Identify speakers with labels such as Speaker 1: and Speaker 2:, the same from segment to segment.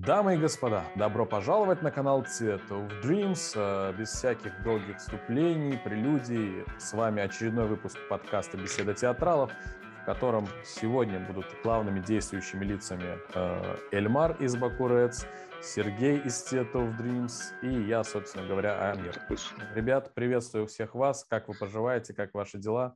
Speaker 1: Дамы и господа, добро пожаловать на канал Theatre of Dreams. Без всяких долгих вступлений, прелюдий. С вами очередной выпуск подкаста «Беседа театралов», в котором сегодня будут главными действующими лицами Эльмар из Бакурец, Сергей из Theatre of Dreams и я, собственно говоря, Амир. Ребят, приветствую всех вас. Как вы поживаете, как ваши дела?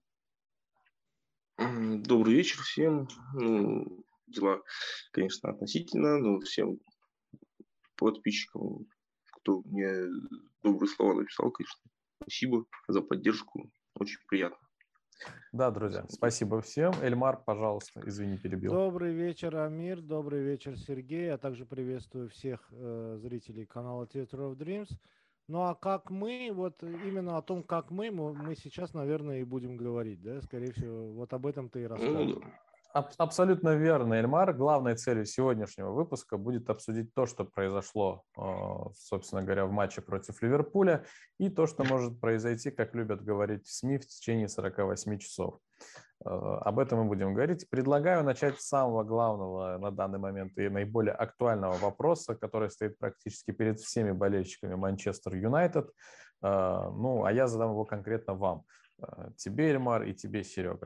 Speaker 2: Добрый вечер всем. Дела, конечно, относительно, но всем подписчикам, кто мне добрые слова написал, конечно, спасибо за поддержку. Очень приятно.
Speaker 1: Да, друзья, спасибо всем. Эльмар, пожалуйста, извини, перебил.
Speaker 3: Добрый вечер, Амир. Добрый вечер, Сергей. Я также приветствую всех зрителей канала Theatre of Dreams. Ну а как мы, вот именно о том, как мы сейчас, наверное, и будем говорить, да? Скорее всего, вот об этом ты и расскажешь.
Speaker 1: Абсолютно верно, Эльмар. Главной целью сегодняшнего выпуска будет обсудить то, что произошло, собственно говоря, в матче против Ливерпуля, и то, что может произойти, как любят говорить в СМИ, в течение 48 часов. Об этом мы будем говорить. Предлагаю начать с самого главного на данный момент и наиболее актуального вопроса, который стоит практически перед всеми болельщиками Манчестер Юнайтед. Ну, а я задам его конкретно вам. Тебе, Эльмар, и тебе, Серега.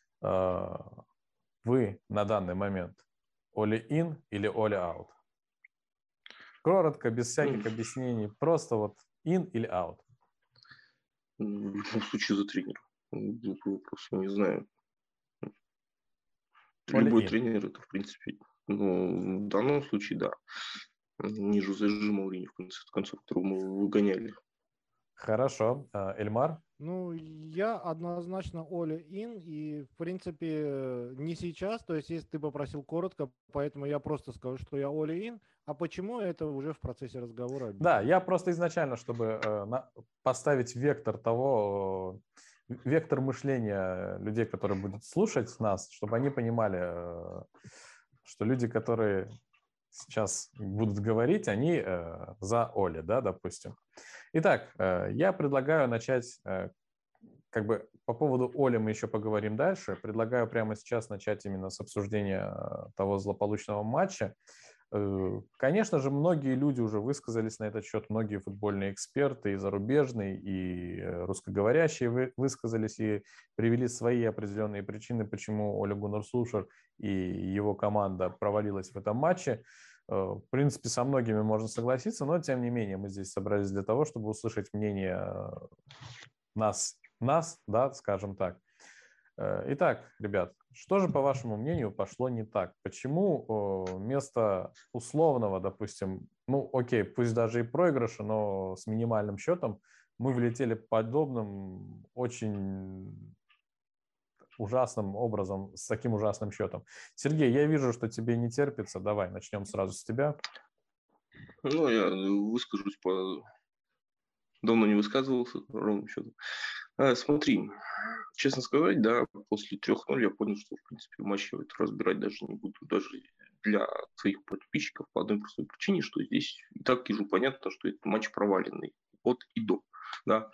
Speaker 1: Вы на данный момент all-in или all-out? Коротко, без всяких объяснений, просто вот in или out?
Speaker 2: В случае за тренера. Глупый вопрос, я не знаю. Любой тренер, это в принципе, в данном случае, да. Не Жозе Мауриньо, в конце концов, которого мы выгоняли.
Speaker 1: Хорошо. Эльмар?
Speaker 3: Ну, я однозначно all-in, и, в принципе, не сейчас, то есть, если ты попросил коротко, поэтому я просто скажу, что я all-in, а почему, это уже в процессе разговора.
Speaker 1: Да, я просто изначально, чтобы поставить вектор того, вектор мышления людей, которые будут слушать нас, чтобы они понимали, что люди, которые сейчас будут говорить, они за Оли, да, допустим. Итак, я предлагаю начать, как бы по поводу Оли мы еще поговорим дальше. Предлагаю прямо сейчас начать именно с обсуждения того злополучного матча. Конечно же, многие люди уже высказались на этот счет, многие футбольные эксперты, и зарубежные, и русскоговорящие высказались и привели свои определенные причины, почему Оле Гуннар Сульшер и его команда провалилась в этом матче. В принципе, со многими можно согласиться, но тем не менее мы здесь собрались для того, чтобы услышать мнение нас, да, скажем так. Итак, ребят, что же, по вашему мнению, пошло не так? Почему вместо условного, допустим, ну окей, пусть даже и проигрыша, но с минимальным счетом, мы влетели подобным очень ужасным образом, с таким ужасным счетом? Сергей, я вижу, что тебе не терпится. Давай, начнем сразу с тебя.
Speaker 2: Ну, я выскажусь по... Давно не высказывался, ровным счетом. Смотри, честно сказать, да, после 3-0 я понял, что, в принципе, матч я это разбирать даже не буду. Даже для своих подписчиков по одной простой причине, что здесь и так вижу понятно, что это матч проваленный от и до. Да.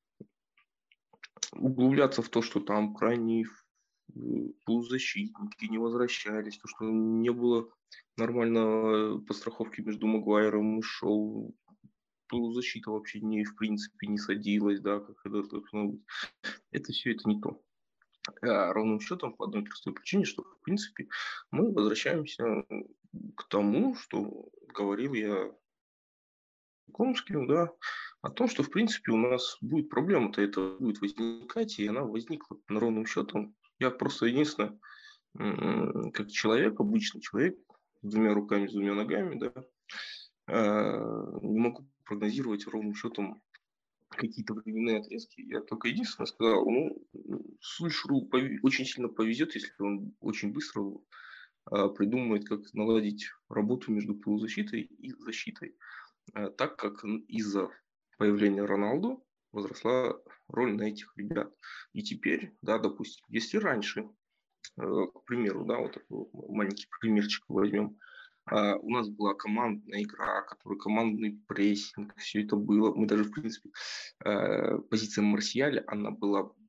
Speaker 2: Углубляться в то, что там крайние полузащитники не возвращались, то, что не было нормально подстраховки между Магуайром и Шоу, полузащита вообще в принципе не садилась, да, как это должно быть. Это все это не то. Ровным счетом по одной простой причине, что в принципе мы возвращаемся к тому, что говорил я Комским, да, о том, что в принципе у нас будет проблема-то, это будет возникать, и она возникла ровным счетом. Я просто единственное, как человек, обычный человек, с 2 руками, с 2 ногами, да, не могу прогнозировать ровным счетом какие-то временные отрезки. Я только единственное сказал, Сульшеру очень сильно повезет, если он очень быстро придумает, как наладить работу между полузащитой и защитой, так как из-за появления Роналду возросла роль на этих ребят. И теперь, да, допустим, если раньше, к примеру, да, вот такой маленький примерчик возьмем, у нас была командная игра, командный прессинг, все это было. Мы даже, в принципе, позиция Марсиаля, она была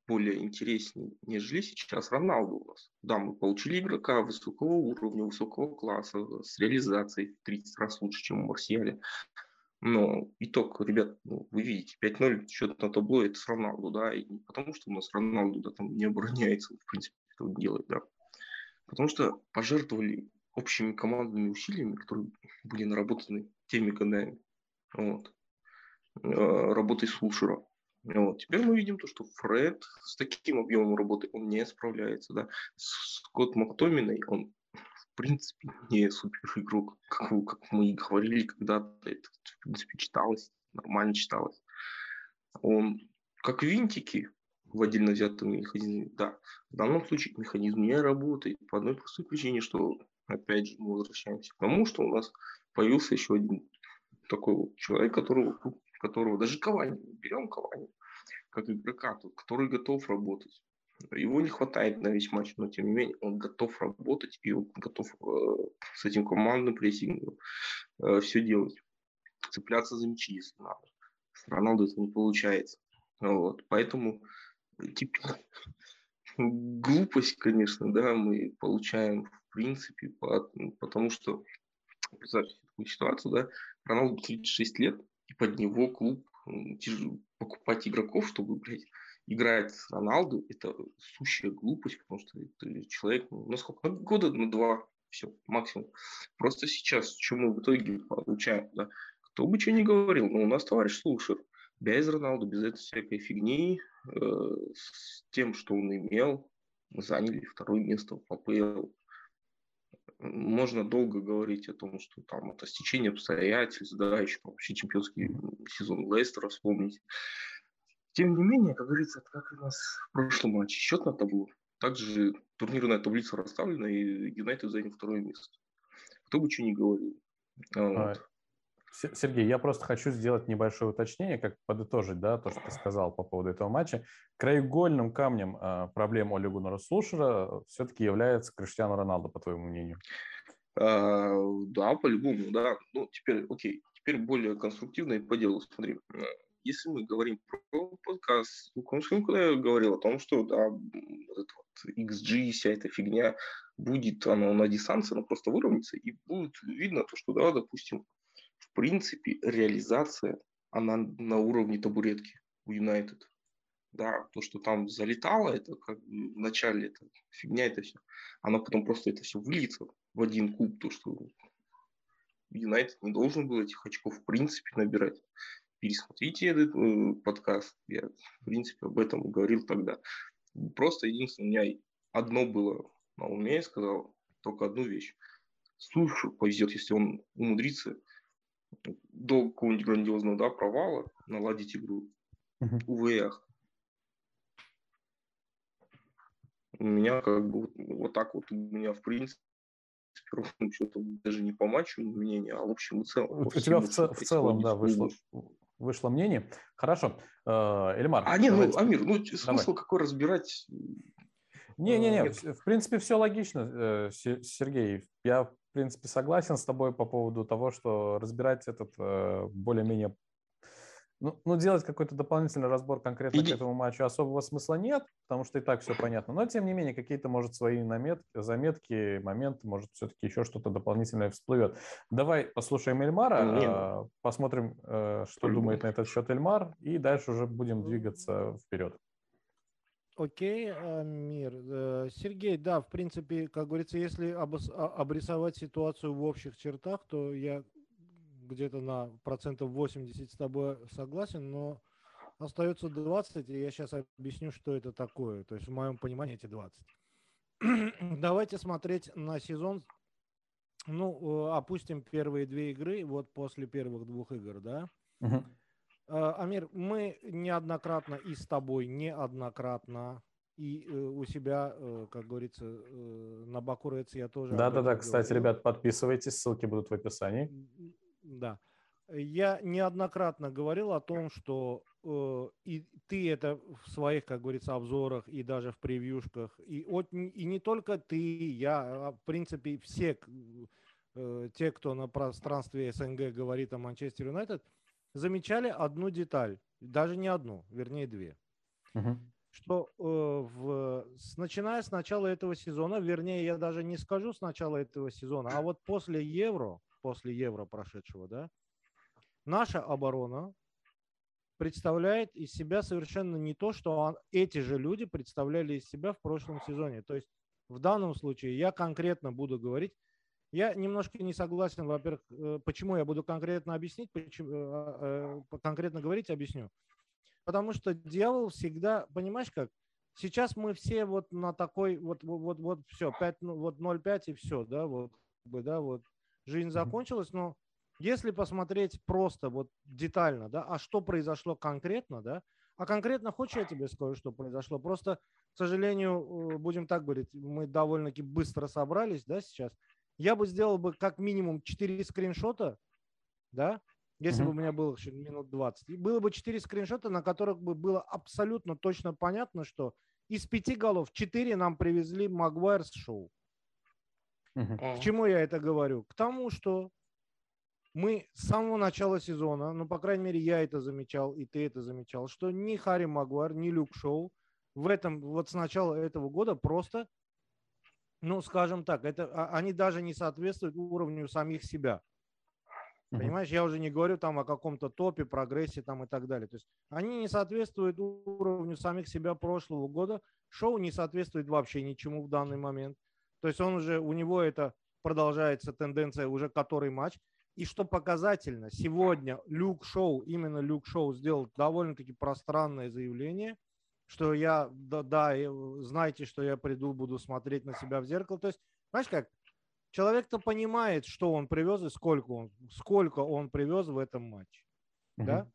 Speaker 2: более интереснее, нежели сейчас Роналду у нас. Да, мы получили игрока высокого уровня, высокого класса, с реализацией в 30 раз лучше, чем у Марсиаля. Но итог, ребят, ну, вы видите, 5-0 счет на табло, это с Роналду, да, и не потому что у нас Роналду да, там не обороняется, в принципе, этого не делает, да. Потому что пожертвовали общими командными усилиями, которые были наработаны теми годами. Вот. Работой Сулшера. Вот. Теперь мы видим то, что Фред с таким объемом работы он не справляется. Да? Скотт Мактоминой, он в принципе не супер игрок, как мы и говорили когда-то. Это в принципе читалось, нормально читалось. Он как винтики в отдельно взятом механизме. Да, в данном случае механизм не работает по одной простой причине, что опять же мы возвращаемся к тому, что у нас появился еще один такой вот человек, которого даже Кавани, берем Кавани, как игрока, который готов работать. Его не хватает на весь матч, но тем не менее он готов работать и он готов с этим командным прессингом все делать. Цепляться за мячи, если надо. С Роналду это не получается. Вот. Поэтому типа, глупость, конечно, да, мы получаем в принципе, потому что представьте такую ситуацию, да, Роналду 36 лет, и под него клуб покупать игроков, чтобы, блядь, играть с Роналду, это сущая глупость, потому что это человек, ну сколько, года на 2, все, максимум. Просто сейчас, что мы в итоге получаем, да, кто бы что ни говорил, но у нас товарищ Сулшер, без Роналду, без этой всякой фигни, с тем, что он имел, мы заняли 2 место в АПЛ. Можно долго говорить о том, что там это стечение обстоятельств, да, еще вообще чемпионский сезон Лестера вспомнить. Тем не менее, как говорится, как у нас в прошлом матче счет на табло, также турнирная таблица расставлена, и Юнайтед занял 2 место. Кто бы что ни говорил. Вот.
Speaker 1: Сергей, я просто хочу сделать небольшое уточнение, как подытожить, да, то, что ты сказал по поводу этого матча. Краеугольным камнем проблем Оле Гуннара Сулшера все-таки является Криштиану Роналду, по твоему мнению.
Speaker 2: Да, по-любому, да. Ну, теперь, окей, теперь более конструктивно и по делу. Смотри, если мы говорим про подкаст Лукомским, когда я говорил о том, что, да, вот XG, вся эта фигня, будет она на дистанции, она просто выровняется, и будет видно то, что, да, допустим, в принципе, реализация, она на уровне табуретки у Юнайтед. Да, то, что там залетало, это как бы в начале это фигня, это все. Оно потом просто это все выльется в один куб, то, что Юнайтед не должен был этих очков в принципе набирать. Пересмотрите этот подкаст. Я, в принципе, об этом говорил тогда. Просто единственное, у меня одно было на уме, я сказал только одну вещь. Сулшер повезет, если он умудрится до какого-нибудь грандиозного, да, провала наладить игру. Увы, у меня как бы вот так вот, у меня в принципе ровным счетом даже не по матчу мнение, а в общем и целом.
Speaker 1: У тебя в целом, да, вышло мнение. Хорошо. Эльмар.
Speaker 2: Амир, смысл какой разбирать?
Speaker 1: Не, в принципе, все логично, Сергей. Я, в принципе, согласен с тобой по поводу того, что разбирать этот более-менее... Ну, делать какой-то дополнительный разбор конкретно к этому матчу особого смысла нет, потому что и так все понятно. Но, тем не менее, какие-то, может, свои заметки, моменты, может, все-таки еще что-то дополнительное всплывет. Давай послушаем Эльмара, посмотрим, что думает на этот счет Эльмар, и дальше уже будем двигаться вперед.
Speaker 3: Окей, Амир. Сергей, да, в принципе, как говорится, если обрисовать ситуацию в общих чертах, то я где-то на 80% с тобой согласен, но остается 20, и я сейчас объясню, что это такое. То есть в моем понимании эти 20. Давайте смотреть на сезон. Ну, опустим первые 2 игры, вот после первых 2 игр, да? Амир, мы неоднократно и с тобой неоднократно, и у себя, как говорится, на Бакурец я тоже.
Speaker 1: Да, кстати, ребят, подписывайтесь, ссылки будут в описании.
Speaker 3: Да. Я неоднократно говорил о том, что и ты это в своих, как говорится, обзорах и даже в превьюшках, и не только ты, я, а в принципе все те, кто на пространстве СНГ говорит о Манчестер Юнайтед, замечали одну деталь, даже не одну, вернее 2. что начиная с начала этого сезона, вернее, я даже не скажу с начала этого сезона, а вот после Евро прошедшего, да, наша оборона представляет из себя совершенно не то, что эти же люди представляли из себя в прошлом сезоне. То есть в данном случае я конкретно буду говорить, я немножко не согласен, во-первых, почему я буду конкретно объяснить, конкретно говорить, объясню. Потому что дьявол всегда, понимаешь как, сейчас мы все вот на такой, вот все, 5, вот 0,5 и все, да, вот жизнь закончилась, но если посмотреть просто вот детально, да, а что произошло конкретно, да, а конкретно хочешь я тебе скажу, что произошло, просто, к сожалению, будем так говорить, мы довольно-таки быстро собрались, да, сейчас, я бы сделал бы как минимум 4 скриншота, да, если бы у меня было еще минут 20. И было бы 4 скриншота, на которых бы было абсолютно точно понятно, что из 5 голов 4 нам привезли Магуайр с Шоу. К чему я это говорю? К тому, что мы с самого начала сезона, ну, по крайней мере, я это замечал, и ты это замечал, что ни Харри Магуайр, ни Люк Шоу в этом, вот с начала этого года просто, ну, скажем так, они даже не соответствуют уровню самих себя. Понимаешь, я уже не говорю там о каком-то топе, прогрессе там и так далее. То есть они не соответствуют уровню самих себя прошлого года. Шоу не соответствует вообще ничему в данный момент. То есть он уже, у него это продолжается тенденция уже который матч. И что показательно, сегодня именно Люк Шоу сделал довольно-таки пространное заявление, что я, знаете, что я приду, буду смотреть на себя в зеркало. То есть, знаешь как, человек-то понимает, что он привез и сколько он привез в этом матче. Да?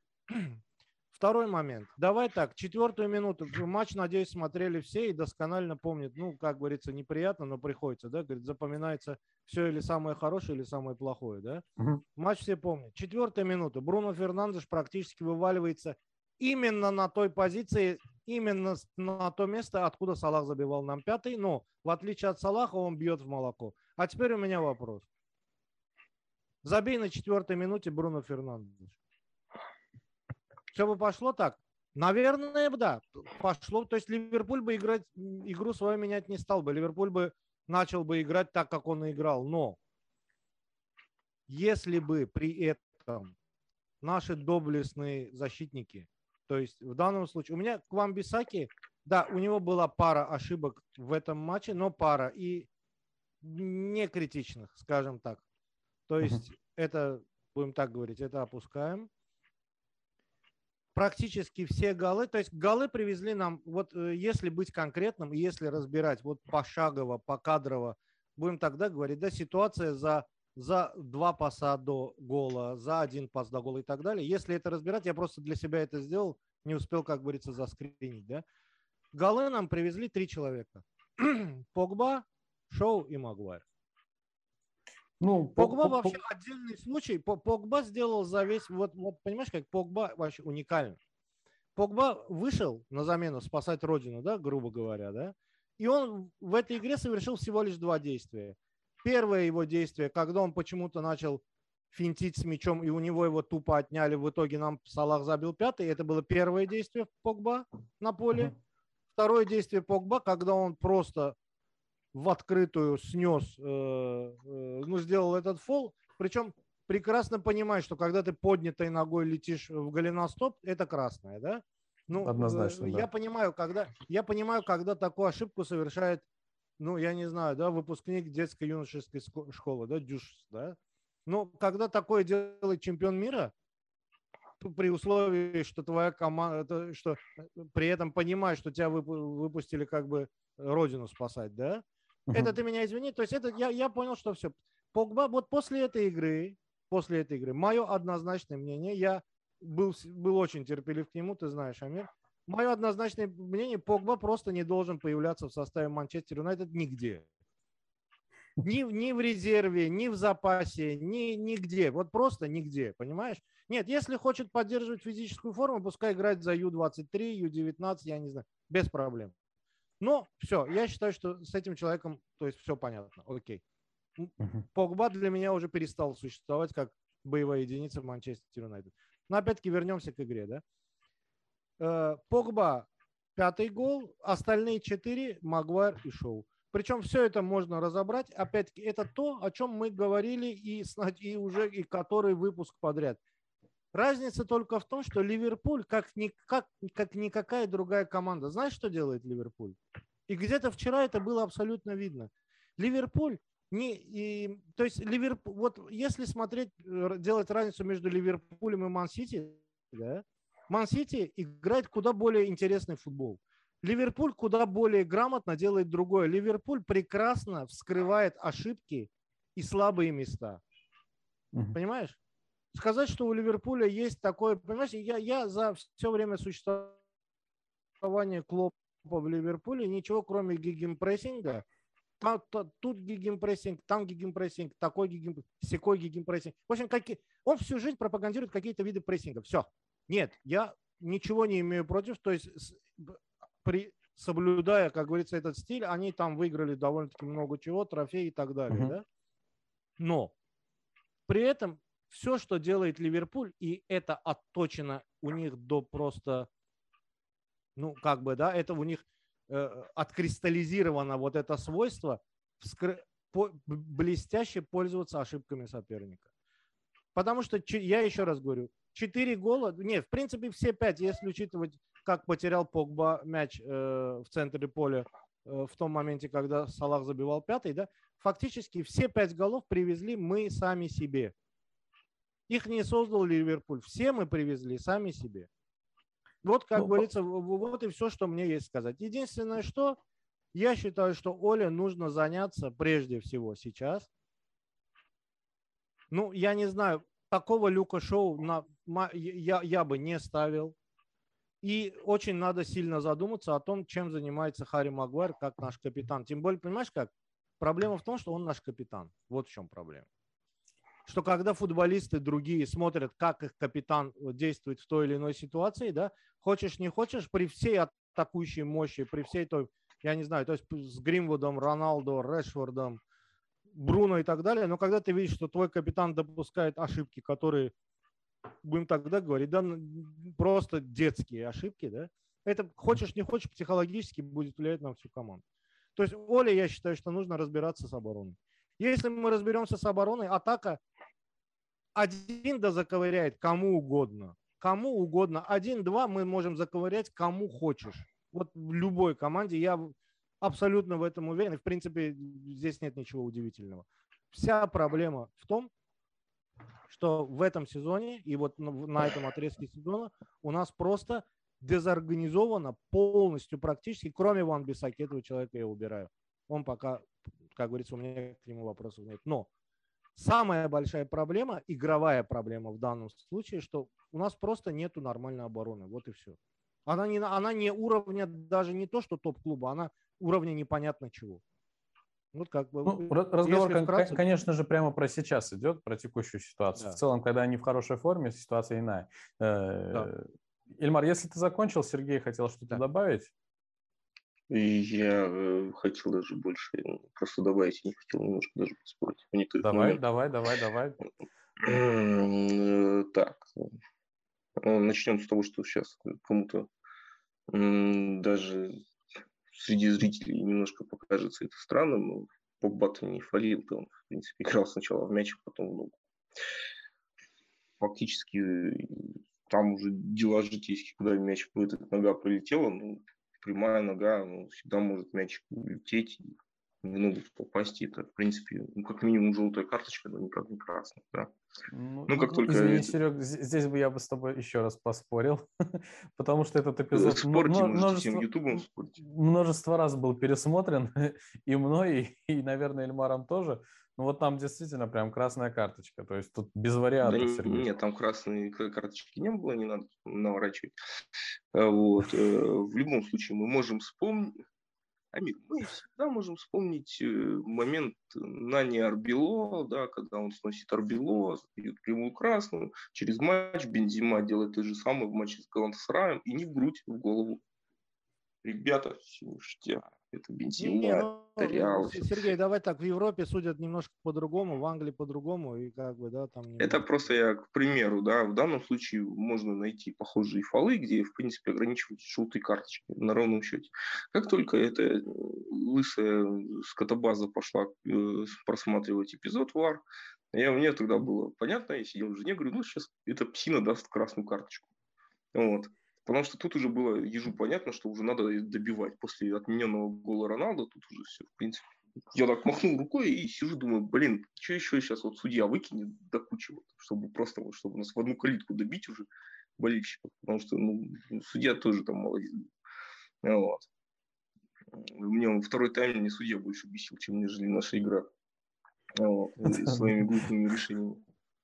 Speaker 3: Второй момент. Давай так, 4-ю минуту. Матч, надеюсь, смотрели все и досконально помнят. Ну, как говорится, неприятно, но приходится. Да? Говорит, запоминается все или самое хорошее, или самое плохое. Да? Матч все помнят. 4-я минута. Бруно Фернандеш практически вываливается именно на той позиции, именно на то место, откуда Салах забивал нам 5-й. Но, в отличие от Салаха, он бьет в молоко. А теперь у меня вопрос. Забей на 4-й минуте Бруно Фернандеш. Все бы пошло так? Наверное, да. Пошло. То есть Ливерпуль бы игру свою менять не стал бы. Ливерпуль бы начал бы играть так, как он и играл. Но если бы при этом наши доблестные защитники, то есть в данном случае, у меня к вам Бисаки, да, у него была пара ошибок в этом матче, но пара и не критичных, скажем так. То есть это, будем так говорить, это опускаем. Практически все голы, то есть голы привезли нам, вот если быть конкретным, если разбирать вот пошагово, покадрово, будем тогда говорить, да, ситуация за 2 паса до гола, за 1 пас до гола и так далее. Если это разбирать, я просто для себя это сделал, не успел, как говорится, заскринить, да. Голы нам привезли 3 человека. Погба, Шоу и Магуайр. Ну, Погба вообще отдельный случай. Погба сделал за весь... Вот понимаешь, как Погба вообще уникальный. Погба вышел на замену спасать родину, да, грубо говоря, да. И он в этой игре совершил всего лишь 2 действия. Первое его действие, когда он почему-то начал финтить с мячом, и у него его тупо отняли. В итоге нам Салах забил 5-й. Это было первое действие Погба на поле. Второе действие Погба, когда он просто в открытую снес, ну, сделал этот фол. Причем прекрасно понимаешь, что когда ты поднятой ногой летишь в голеностоп, это красное, да? Ну, однозначно, да. Я понимаю, когда такую ошибку совершает, ну, я не знаю, да, выпускник детско-юношеской школы, да, Дюш, да. Но когда такое делает чемпион мира, при условии, что твоя команда, что при этом понимаешь, что тебя выпустили как бы родину спасать, да, это ты меня извини, то есть это я понял, что все. Погба, вот после этой игры, мое однозначное мнение, я был очень терпелив к нему, ты знаешь, Амир, мое однозначное мнение, Погба просто не должен появляться в составе Манчестер Юнайтед нигде. Ни в резерве, ни в запасе, нигде. Вот просто нигде, понимаешь? Нет, если хочет поддерживать физическую форму, пускай играет за Ю-23, Ю-19, я не знаю, без проблем. Но все, я считаю, что с этим человеком, то есть все понятно, окей. Погба для меня уже перестал существовать как боевая единица в Манчестер Юнайтед. Но опять-таки вернемся к игре, да. Погба 5-й гол, остальные 4 Магуайр и Шоу. Причем все это можно разобрать. Опять-таки, это то, о чем мы говорили и уже и который выпуск подряд. Разница только в том, что Ливерпуль, как никакая другая команда. Знаешь, что делает Ливерпуль? И где-то вчера это было абсолютно видно. Ливерпуль, то есть Ливерпуль, вот если смотреть, делать разницу между Ливерпулем и Ман-Сити, да, Ман-Сити играет куда более интересный футбол. Ливерпуль куда более грамотно делает другое. Ливерпуль прекрасно вскрывает ошибки и слабые места. Понимаешь? Сказать, что у Ливерпуля есть такое... Понимаешь, я за все время существования Клопа в Ливерпуле ничего, кроме гигемпрессинга. Тут гигемпрессинг, там гигемпрессинг, такой гигемпрессинг, секой гигемпрессинг. В общем, он всю жизнь пропагандирует какие-то виды прессинга. Все. Нет, я ничего не имею против. То есть соблюдая, как говорится, этот стиль, они там выиграли довольно-таки много чего, трофеи и так далее. Да? Но при этом все, что делает Ливерпуль, и это отточено у них до просто, ну, как бы, да, это у них откристаллизировано вот это свойство блестяще пользоваться ошибками соперника. Потому что, я еще раз говорю, 4 гола, нет, в принципе, все 5, если учитывать, как потерял Погба мяч в центре поля в том моменте, когда Салах забивал 5-й, да, фактически все 5 голов привезли мы сами себе. Их не создал Ливерпуль, все мы привезли сами себе. Вот, как говорится, вот и все, что мне есть сказать. Единственное, что я считаю, что Оле нужно заняться прежде всего сейчас. Ну, я не знаю, такого Люка Шоу я бы не ставил. И очень надо сильно задуматься о том, чем занимается Харри Магуайр как наш капитан. Тем более, понимаешь как? Проблема в том, что он наш капитан. Вот в чем проблема. Что когда футболисты другие смотрят, как их капитан действует в той или иной ситуации, да, хочешь не хочешь, при всей атакующей мощи, при всей той, я не знаю, то есть с Гринвудом, Роналдо, Решфордом, Бруно и так далее, но когда ты видишь, что твой капитан допускает ошибки, которые, будем тогда говорить, да, просто детские ошибки, да, это хочешь не хочешь, психологически будет влиять на всю команду. То есть Оле, я считаю, что нужно разбираться с обороной. Если мы разберемся с обороной, атака один да заковыряет кому угодно. Кому угодно. 1-2 мы можем заковырять кому хочешь. Вот в любой команде я абсолютно в этом уверен. И в принципе здесь нет ничего удивительного. Вся проблема в том, что в этом сезоне и вот на этом отрезке сезона у нас просто дезорганизовано полностью практически, кроме Ван Бисаки, этого человека я убираю. Он пока, как говорится, у меня к нему вопросов нет. Но самая большая проблема, игровая проблема в данном случае, что у нас просто нету нормальной обороны. Вот и все. Она не уровня даже не то, что топ-клуба, она уровня непонятно чего. Вот как бы,
Speaker 1: ну, разговор, конечно же, прямо про сейчас идет, про текущую ситуацию. Да. В целом, когда они в хорошей форме, ситуация иная. Да. Ильмар, если ты закончил, Сергей хотел что-то добавить?
Speaker 2: Я хотел даже больше просто добавить, я не хотел немножко даже поспорить.
Speaker 1: Давай.
Speaker 2: Так, начнем с того, что сейчас кому-то даже среди зрителей немножко покажется это странным, но Погба-то не фалил-то, он, в принципе, играл сначала в мяч, а потом в ногу. Фактически там уже дела житейские, когда мяч, эта нога пролетела, ну, прямая нога, ну, всегда может мяч улететь и в ногу попасть. И это, в принципе, ну, как минимум желтая карточка, но никак не красная. Да?
Speaker 1: Как только извини, Серег, здесь бы я бы с тобой еще раз поспорил, потому что этот эпизод множество раз был пересмотрен и мной, и, наверное, Ильмаром тоже. Ну вот там действительно прям красная карточка, то есть тут без вариантов,
Speaker 2: да,
Speaker 1: Сергей.
Speaker 2: Нет, там красной карточки не было, не надо наворачивать. Вот. В любом случае мы можем вспомнить, Амир, мы всегда можем вспомнить момент Нани Арбело, да, когда он сносит Арбело, дает прямую красную, через матч Бензима делает то же самое в матче с Галатасараем, и не в грудь, в голову. ребята, слушайте, это Бензима, это Реал.
Speaker 3: Сергей, давай так, в Европе судят немножко по-другому, в Англии по-другому, и как бы, да, там...
Speaker 2: Это просто я к примеру, да, в данном случае можно найти похожие фолы, где, в принципе, ограничивают желтой карточкой на ровном счете. Как только эта лысая скотобаза пошла просматривать эпизод ВАР, мне тогда было понятно, я сидел в жене, говорю, ну, сейчас эта псина даст красную карточку. Вот. Потому что тут уже было ежу понятно, что уже надо добивать. После отмененного гола Роналду тут уже все, в принципе. Я так махнул рукой и сижу, думаю, блин, что еще сейчас вот судья выкинет до кучи, вот, чтобы просто вот, чтобы нас в одну калитку добить уже болельщиков. Потому что судья тоже там молодец. Вот. Мне второй тайм не судья больше бесил, чем нежели наша игра. Вот. Своими глупыми решениями.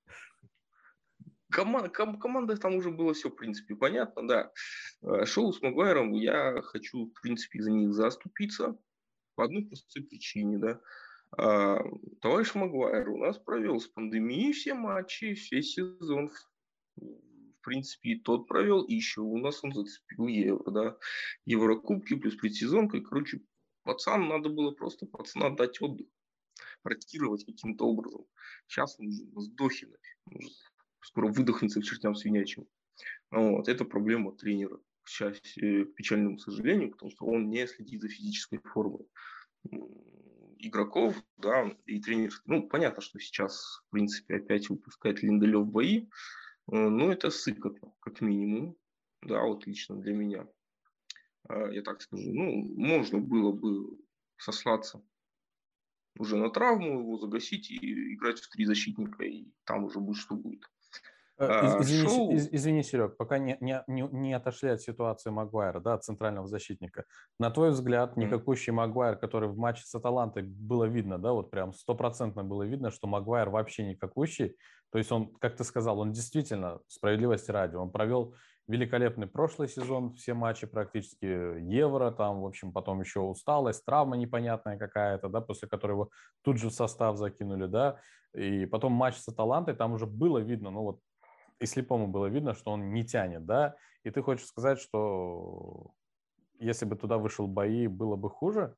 Speaker 2: Команда там уже было все, в принципе, понятно, да. Шоу с Магуайром, я хочу, в принципе, за них заступиться по одной простой причине, да. Товарищ Магуайр у нас провел с пандемией все матчи, весь сезон. В принципе, и тот провел, и еще у нас он зацепил Евро, да. Еврокубки плюс предсезонка. И, короче, надо было просто пацана дать отдых, ротировать каким-то образом. Сейчас он уже сдохнет. Скоро выдохнется к чертям свинячьим. Вот. Это проблема тренера, к печальному сожалению, потому что он не следит за физической формой игроков, да, и тренер. Ну, понятно, что сейчас, в принципе, опять выпускает Линделев бои, но это сыкотно, как минимум, да, вот лично для меня. Я так скажу, можно было бы сослаться уже на травму, его загасить и играть в 3 защитника, и там уже будет, что будет.
Speaker 1: Извини, Серег, пока не отошли от ситуации Магуайра, да, от центрального защитника. На твой взгляд, никакущий Магуайр, который в матче с Аталантой было видно, да, вот прям 100% было видно, что Магуайр вообще никакущий. То есть он, как ты сказал, он действительно, справедливости ради, он провел великолепный прошлый сезон, все матчи практически, Евро, там, в общем, потом еще усталость, травма непонятная какая-то, да, после которой его тут же в состав закинули, да, и потом матч с Аталантой, там уже было видно, ну вот, и слепому было видно, что он не тянет, да, и ты хочешь сказать, что если бы туда вышел бои, было бы хуже?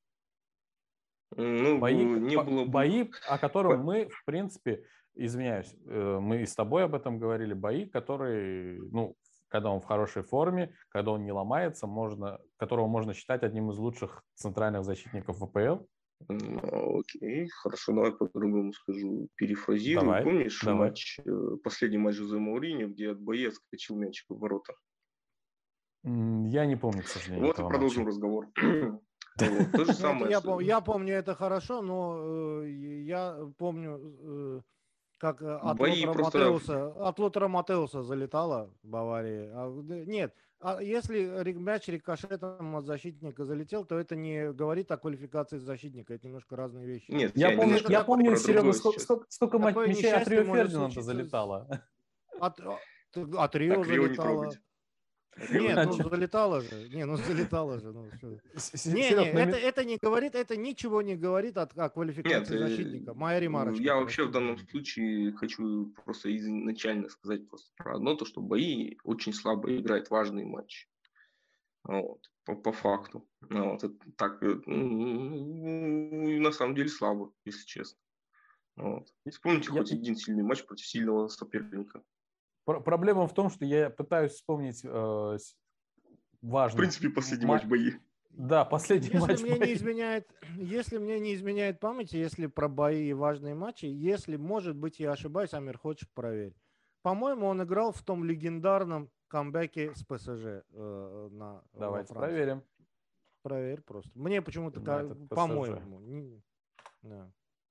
Speaker 1: Бои, о котором мы, в принципе, извиняюсь, мы и с тобой об этом говорили, бои, которые, когда он в хорошей форме, когда он не ломается, которого можно считать одним из лучших центральных защитников ВПЛ.
Speaker 2: Окей, хорошо, давай по-другому скажу. Перефразирую. Помнишь последний матч Жозе Мауриньо, где от боя отскочил мячик в ворота?
Speaker 1: Я не помню, к сожалению.
Speaker 2: Вот и продолжим разговор. То же самое.
Speaker 3: Я помню это хорошо, но я помню, как от Лотера Матеуса залетала в Баварии. Нет, если мяч рикошетом от защитника залетел, то это не говорит о квалификации защитника. Это немножко разные вещи.
Speaker 1: Нет, я помню, Серега, сколько мячей от Рио Фердинанда залетало.
Speaker 3: От Рио залетало. Нет, залетало же. Залетало же. Это ничего не говорит о квалификации защитника. Моя ремарочка.
Speaker 2: Я вообще в данном случае хочу просто изначально сказать просто про одно, то, что бои очень слабо играют важные матчи. Вот, по факту. Вот, это так, на самом деле слабо, если честно. Вот. Вспомните хоть один сильный матч против сильного соперника.
Speaker 1: Проблема в том, что я пытаюсь вспомнить важный...
Speaker 2: В принципе, последний матч бои.
Speaker 1: Да, последний матч бои.
Speaker 3: Если мне не изменяет память, если про бои и важные матчи, если, может быть, я ошибаюсь, Амир, хочешь, проверь. По-моему, он играл в том легендарном камбэке с ПСЖ
Speaker 1: Давайте проверим.
Speaker 3: Проверь просто. Мне почему-то, по-моему. Да.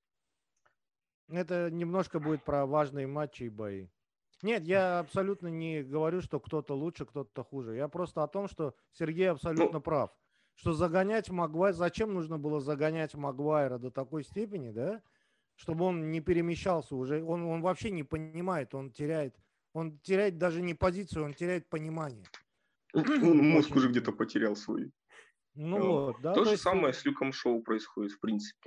Speaker 3: Это немножко будет про важные матчи и бои. Нет, я абсолютно не говорю, что кто-то лучше, кто-то хуже. Я просто о том, что Сергей абсолютно прав. Что загонять Магуайра... Зачем нужно было загонять Магуайра до такой степени, да? Чтобы он не перемещался уже. Он вообще не понимает, он теряет даже не позицию, он теряет понимание.
Speaker 2: Он мозг уже где-то потерял свой.
Speaker 3: Да.
Speaker 2: То же самое с Люком Шоу происходит, в принципе.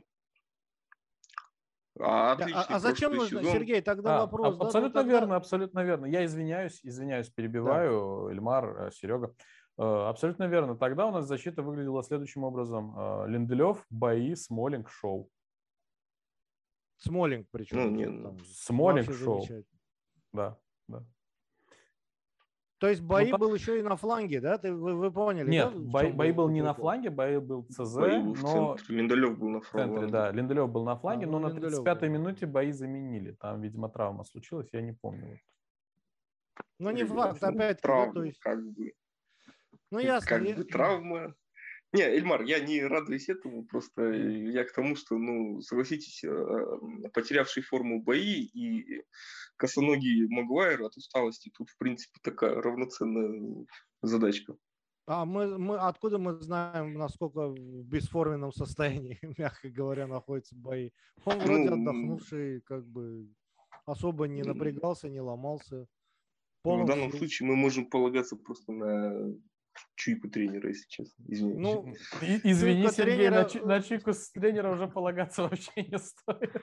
Speaker 3: Зачем нужно, сезон? Сергей, тогда вопрос.
Speaker 1: Абсолютно верно, абсолютно верно. Я извиняюсь, перебиваю, да. Эльмар, Серега. Абсолютно верно. Тогда у нас защита выглядела следующим образом. Линделев, Бои, Смолинг, Шоу.
Speaker 3: Смолинг причем.
Speaker 2: Не,
Speaker 1: Смолинг,
Speaker 3: вообще
Speaker 1: Шоу.
Speaker 3: замечательно.
Speaker 1: Да.
Speaker 3: То есть Бои был еще и на фланге, да? Вы поняли,
Speaker 1: Нет,
Speaker 3: да?
Speaker 1: Бои был не на фланге, Бои был ЦЗ,
Speaker 2: Бои был
Speaker 1: но...
Speaker 2: в центре, Линделев был на
Speaker 1: В центре,
Speaker 2: фланге.
Speaker 1: да. Линделев был на фланге, но на
Speaker 3: Линделев
Speaker 1: 35-й
Speaker 3: был.
Speaker 1: минуте Бои заменили. Там, видимо, травма случилась, я не помню.
Speaker 3: Ну, не факт, опять-таки, да, то есть...
Speaker 2: Как бы.
Speaker 3: Ну, ясно.
Speaker 2: Как бы травма. Не, Эльмар, я не радуюсь этому, просто я к тому, что, согласитесь, потерявший форму Бои и косоногий Магуайр от усталости, тут, в принципе, такая равноценная задачка.
Speaker 3: А откуда мы знаем, насколько в бесформенном состоянии, мягко говоря, находится Бои? Он вроде отдохнувший, как бы особо не напрягался, не ломался.
Speaker 2: В данном случае мы можем полагаться просто на чуйку тренера, если честно. Извините.
Speaker 1: Ну, извини, Сергей, тренера... на чуйку с тренера уже полагаться вообще не стоит.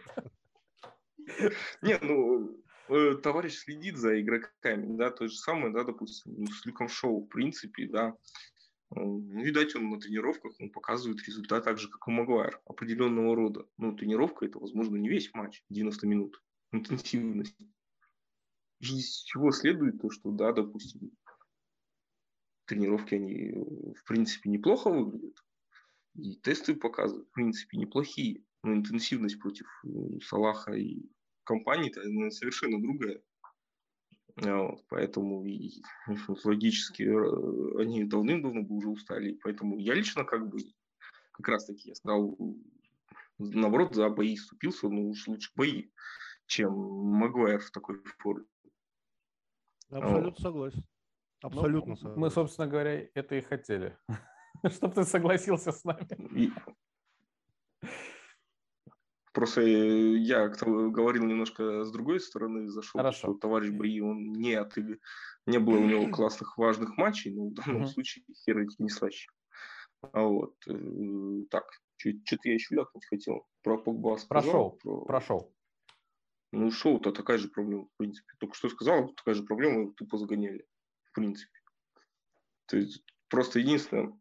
Speaker 2: Не, товарищ следит за игроками, да, то же самое, да, допустим, с Люком Шоу, в принципе, да. Видать, он на тренировках, он показывает результат так же, как и Магуайр, определенного рода. Тренировка – это, возможно, не весь матч, 90 минут, интенсивность. Из чего следует то, что, да, допустим, тренировки, они, в принципе, неплохо выглядят. И тесты показывают, в принципе, неплохие. Но интенсивность против Салаха и компании-то она совершенно другая. Поэтому логически они давным-давно бы уже устали. Поэтому я лично как раз таки я сказал, наоборот, за Бои вступился, но уж лучше Бои, чем Магуайр в такой форме.
Speaker 3: Абсолютно согласен. Абсолютно согласен.
Speaker 1: Мы, собственно говоря, это и хотели. Чтобы ты согласился с нами.
Speaker 2: Просто я говорил немножко с другой стороны, зашел,
Speaker 1: Хорошо.
Speaker 2: Что товарищ Бои, он не было у него классных важных матчей, но в данном случае хер эти не слаще. Так, что-то я еще ляпнуть хотел. Про Погба сказал.
Speaker 1: Прошел.
Speaker 2: Шоу-то такая же проблема, в принципе. Только что сказал, такая же проблема, его тупо загоняли, в принципе. То есть просто единственное,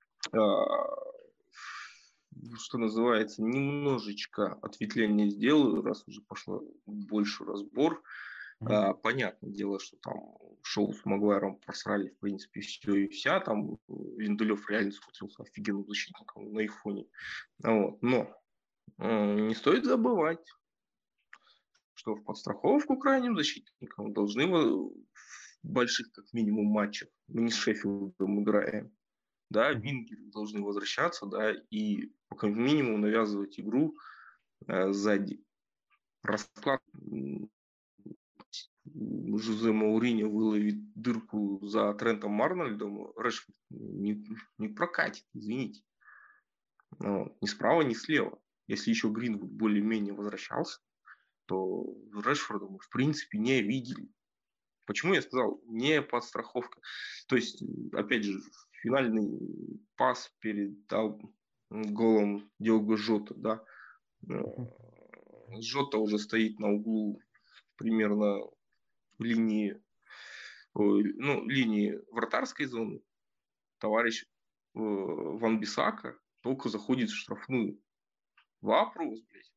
Speaker 2: что называется, немножечко ответвление сделаю, раз уже пошло больше разбор. Понятное дело, что там Шоу с Магуайром просрали, в принципе, все и вся. Там Линделев реально смотрелся офигенным защитником на их фоне. Но не стоит забывать, что в подстраховку крайним защитникам должны в больших, как минимум, матчах, мы не с Шеффилдом играем, да, вингеры должны возвращаться, да, и как минимум навязывать игру сзади. Расклад Жозе Мауриньо выловит дырку за Трентом Арнольдом, Решфорд не прокатит, извините. Ни справа, ни слева. Если еще Гринвуд более-менее возвращался, то Решфорда мы в принципе не видели. Почему я сказал не подстраховка? То есть, опять же, финальный пас перед голом Диого Жота, да. Жота уже стоит на углу примерно линии вратарской зоны. Товарищ Ван Бисака только заходит в штрафную. Вопрос, блядь.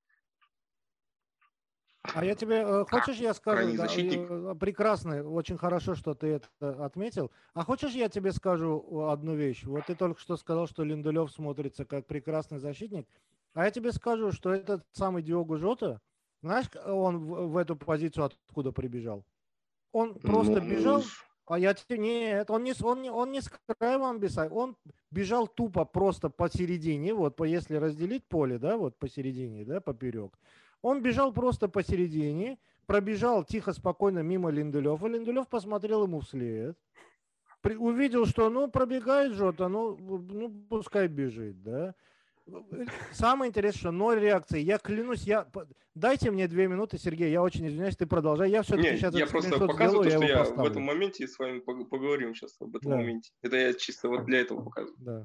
Speaker 3: А я тебе, хочешь я скажу,
Speaker 2: да,
Speaker 3: прекрасно, очень хорошо, что ты это отметил. А хочешь я тебе скажу одну вещь? Вот ты только что сказал, что Линделев смотрится как прекрасный защитник. А я тебе скажу, что этот самый Диого Жота, знаешь, он в эту позицию откуда прибежал? Он просто бежал, а я тебе... Нет, он не с края Ван Бисака, он бежал тупо просто посередине, вот если разделить поле, да, вот посередине, да, поперек. Он бежал просто посередине, пробежал тихо, спокойно мимо Линделёва. Линделёв посмотрел ему вслед. Увидел, что, пробегает Жота, пускай бежит, да. Самое интересное, что 0 реакции. Я клянусь, дайте мне 2 минуты, Сергей, я очень извиняюсь, ты продолжай. Я все-таки сейчас
Speaker 2: я просто показываю,
Speaker 3: сделаю,
Speaker 2: что я в этом моменте с вами поговорим сейчас об этом моменте. Это я чисто вот для этого показываю.
Speaker 3: Да.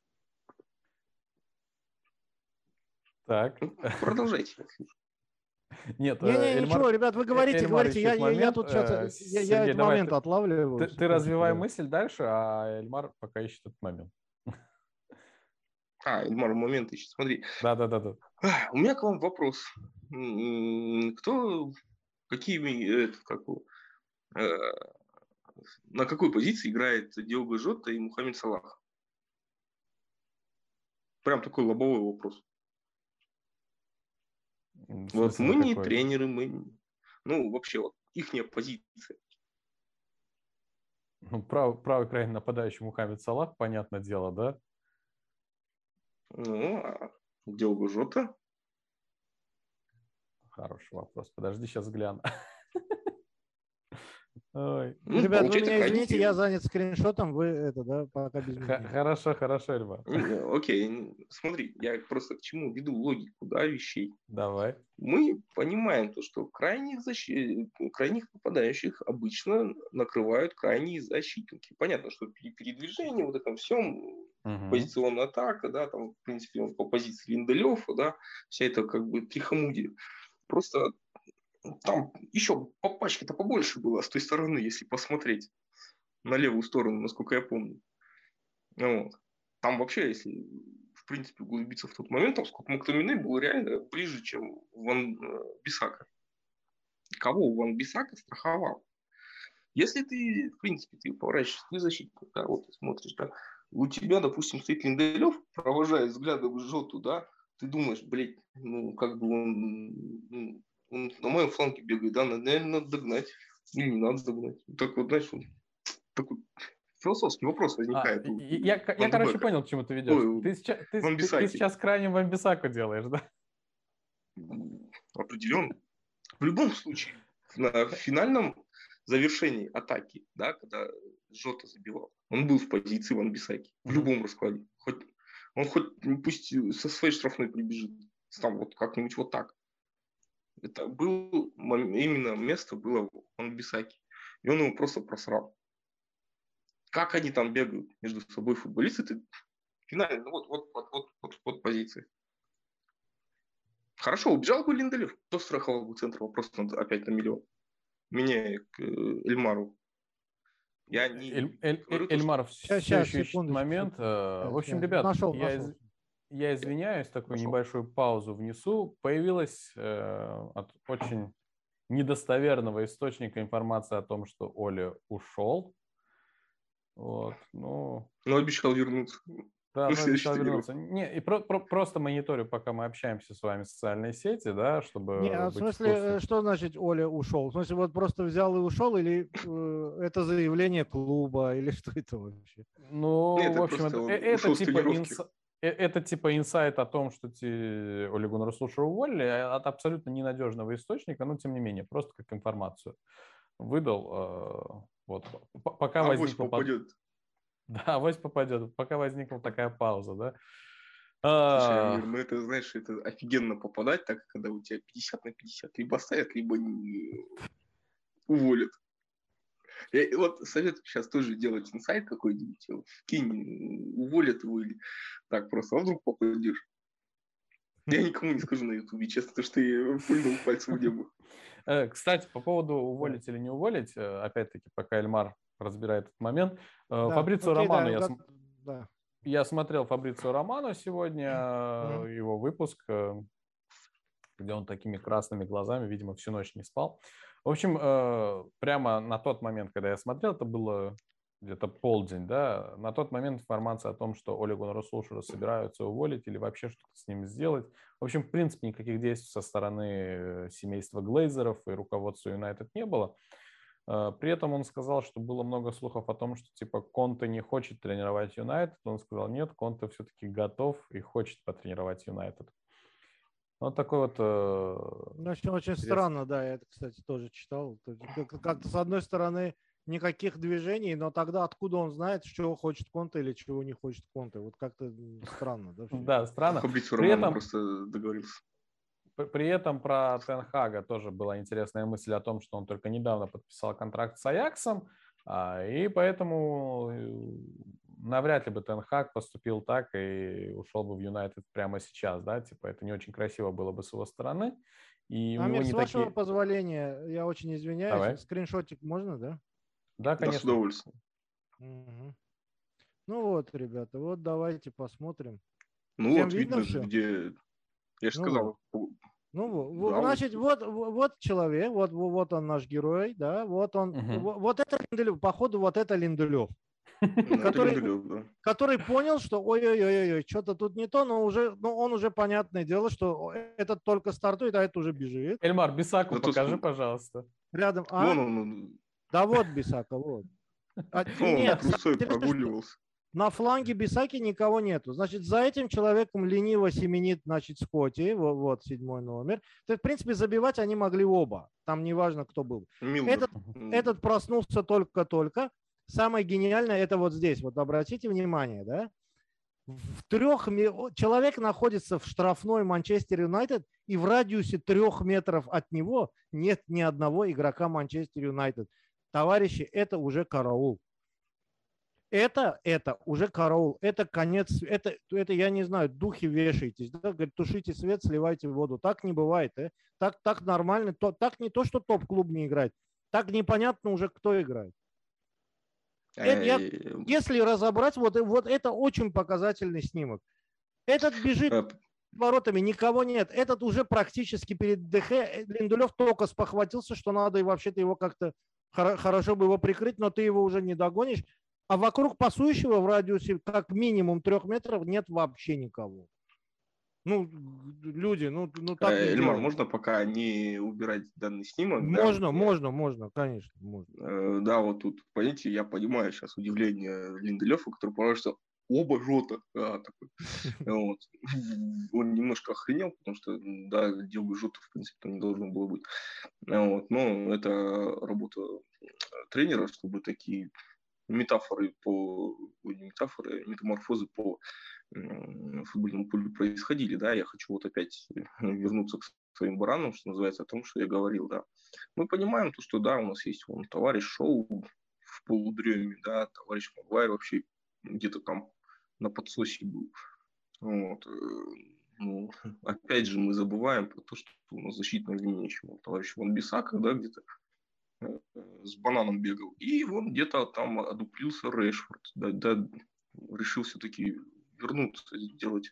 Speaker 1: Так.
Speaker 2: Продолжайте.
Speaker 1: Нет,
Speaker 3: Не-не, ничего, ребят, вы говорите,
Speaker 1: Эльмар
Speaker 3: говорите.
Speaker 1: ищет
Speaker 3: Я
Speaker 1: момент.
Speaker 3: тут сейчас, я
Speaker 1: Сергей,
Speaker 3: этот
Speaker 1: давай,
Speaker 3: момент отлавливаю.
Speaker 1: ты
Speaker 3: секундочку,
Speaker 1: развивай
Speaker 3: да.
Speaker 1: мысль дальше, а Эльмар пока ищет этот момент.
Speaker 2: Эльмар, момент ищет. Смотри.
Speaker 1: Да.
Speaker 2: У меня к вам вопрос. На какой позиции играет Диого Жота и Мухаммед Салах? Прям такой лобовой вопрос. Вот мы не тренеры, вообще, вот ихняя позиция.
Speaker 1: Ну, правый крайний нападающий Мухаммед Салах, понятное дело, да?
Speaker 2: А Диого Жота?
Speaker 1: Хороший вопрос. Подожди, сейчас гляну. Ой.
Speaker 3: Ребят, вы меня извините, я занят скриншотом, вы пока без меня.
Speaker 1: Хорошо, Эльмар.
Speaker 2: Окей, смотри, я просто к чему веду логику, вещей.
Speaker 1: Давай.
Speaker 2: Мы понимаем то, что крайних нападающих обычно накрывают крайние защитники. Понятно, что передвижение, вот этом всем, позиционная атака, там, в принципе, он по позиции Линделёфа, вся эта трихомудия. Просто там еще по пачке-то побольше было с той стороны, если посмотреть на левую сторону, насколько я помню. Вот. Там вообще, если в принципе углубиться в тот момент, там Скотт Мактоминей был реально ближе, чем Ван Бисака. Кого Ван Бисака страховал? Если ты, в принципе, ты поворачиваешься, ты защитник, вот ты смотришь, у тебя, допустим, стоит Линделёв, провожая взглядом Жоту, ты думаешь, он на моем фланге бегает, наверное, надо догнать. Или не надо догнать. Так вот, знаешь, такой философский вопрос возникает.
Speaker 1: Я короче, понял, к чему ты ведешь. Ты сейчас крайним Ван Бисаку делаешь, да?
Speaker 2: Определенно. В любом случае, на финальном завершении атаки, когда Жота забивал, он был в позиции Ван Бисаки. В любом раскладе. Пусть со своей штрафной прибежит. Там вот как-нибудь вот так. Это именно место было в Ван Бисаке. И он его просто просрал. Как они там бегают между собой, футболисты, ты финально, вот позиции. Хорошо, убежал бы Линделев, кто страховал бы центр, вопрос опять на миллион. Меняя к Эльмару. Я не
Speaker 1: Эльмар все еще ищет момент. В общем, ребят, я извиняюсь, такую небольшую паузу внесу. Появилась от очень недостоверного источника информация о том, что Оля ушел. Вот,
Speaker 2: но обещал вернуться.
Speaker 1: Да, но обещал вернуться. И просто мониторю, пока мы общаемся с вами в социальной сети, чтобы
Speaker 3: в смысле, что значит Оля ушел? В смысле, вот просто взял и ушел, или это заявление клуба, или что это вообще?
Speaker 1: В общем, это типа инсайт о том, что Оле Гуннар Сульшера уволили от абсолютно ненадежного источника, но тем не менее, просто как информацию выдал. Вот. Пока
Speaker 2: попадет.
Speaker 1: Да, авось попадет. Пока возникла такая пауза, да?
Speaker 2: Слушай, Амир, это, знаешь, это офигенно попадать, так когда у тебя 50 на 50. Либо оставят, либо уволят. Я вот советую сейчас тоже делать инсайт какой-нибудь. Кинь, уволят его или так просто. А вдруг попадешь? Я никому не скажу на ютубе, честно, потому что я пульнул пальцем в небо.
Speaker 1: Кстати, по поводу уволить или не уволить, опять-таки, пока Эльмар разбирает этот момент. Фабрицио Романо, я смотрел Фабрицио Романо сегодня, его выпуск, где он такими красными глазами, видимо, всю ночь не спал. В общем, прямо на тот момент, когда я смотрел, это было где-то полдень, на тот момент информация о том, что Оле Гуннара Сульшера собираются уволить или вообще что-то с ним сделать. В общем, в принципе, никаких действий со стороны семейства Глейзеров и руководства Юнайтед не было. При этом он сказал, что было много слухов о том, что типа Конте не хочет тренировать Юнайтед. Он сказал, нет, Конте все-таки готов и хочет потренировать Юнайтед. Вот такой вот...
Speaker 3: Очень странно, я это, кстати, тоже читал. Как-то с одной стороны никаких движений, но тогда откуда он знает, чего хочет Конте или чего не хочет Конте? Вот как-то странно, да?
Speaker 1: Да, странно.
Speaker 2: При этом просто договорился.
Speaker 1: При этом про Тен Хага тоже была интересная мысль о том, что он только недавно подписал контракт с Аяксом, и поэтому навряд ли бы Тен Хаг поступил так и ушел бы в Юнайтед прямо сейчас, это не очень красиво было бы с его стороны. И у
Speaker 3: Амир,
Speaker 1: него не
Speaker 3: с вашего
Speaker 1: такие...
Speaker 3: позволения, я очень извиняюсь,
Speaker 1: Давай.
Speaker 3: скриншотик можно, да?
Speaker 1: Да,
Speaker 2: Да, с
Speaker 1: конечно.
Speaker 2: удовольствием.
Speaker 3: Угу. Ну вот, ребята, вот давайте посмотрим.
Speaker 2: Ну
Speaker 3: Всем
Speaker 2: вот,
Speaker 3: видно
Speaker 2: видно же,
Speaker 3: все?
Speaker 2: где... Я же
Speaker 3: Ну вот.
Speaker 2: сказал,
Speaker 3: Ну,
Speaker 2: да,
Speaker 3: значит,
Speaker 2: вот.
Speaker 3: вот человек, вот он наш герой, да, вот он,
Speaker 1: Мгм.
Speaker 3: вот это Линделев, походу, вот это Линделев,
Speaker 2: Ну, это
Speaker 3: который,
Speaker 2: Линделев, да.
Speaker 3: который понял, что ой-ой-ой, что-то тут не то, но уже, ну, он уже, понятное дело, что этот только стартует, а это уже бежит.
Speaker 1: Эльмар, Бисаку
Speaker 2: Зато
Speaker 1: покажи, пожалуйста.
Speaker 3: Рядом,
Speaker 2: вон он,
Speaker 3: Да вот Бисака, вот.
Speaker 2: он
Speaker 3: Нет,
Speaker 2: трусой
Speaker 3: интересно, что
Speaker 2: прогуливался.
Speaker 3: на фланге Бисаки никого нету. Значит, за этим человеком лениво семенит, значит, Скотти, вот 7-й номер. То есть, в принципе, забивать они могли оба. Там неважно, кто был.
Speaker 2: Милнер.
Speaker 3: Этот проснулся только-только. Самое гениальное это вот здесь. Вот обратите внимание, да? Человек находится в штрафной Манчестер Юнайтед, и в радиусе 3 метров от него нет ни одного игрока Манчестер Юнайтед. Товарищи, это уже караул. Это уже караул, это конец, это я не знаю, духи вешаетесь, да? Говорит, тушите свет, сливайте воду. Так не бывает, так нормально, так не то, что топ-клуб не играет, так непонятно уже, кто играет. Если разобрать, вот это очень показательный снимок. Этот бежит воротами, никого нет. Этот уже практически перед ДХ. Линделев только спохватился, что надо и вообще-то его как-то хорошо бы его прикрыть, но ты его уже не догонишь. А вокруг пасующего в радиусе как минимум 3 метров нет вообще никого. Ну, люди, ну так не
Speaker 2: Эльмар,
Speaker 3: делают.
Speaker 2: можно пока не убирать данный снимок?
Speaker 3: Можно, конечно. Можно.
Speaker 2: Да, вот тут, понимаете, я понимаю сейчас удивление Линделёфа, который понял, что оба жота. Такой. Вот. Он немножко охренел, потому что, да, делаю жота, в принципе, там не должно было быть. Вот. Но это работа тренера, чтобы такие метафоры метаморфозы по футбольному полю происходили, да, я хочу вот опять вернуться к своим баранам, что называется, о том, что я говорил, да. Мы понимаем то, что, да, у нас есть вон товарищ Шоу в полудреме, да, товарищ Магуайр вообще где-то там на подсосе был. Вот. Ну, опять же, мы забываем про то, что у нас защитная линия еще. Товарищ Ван Бисака, да, где-то с бананом бегал. И вон где-то там одуплился Решфорд. Да, решил все-таки вернуться, сделать,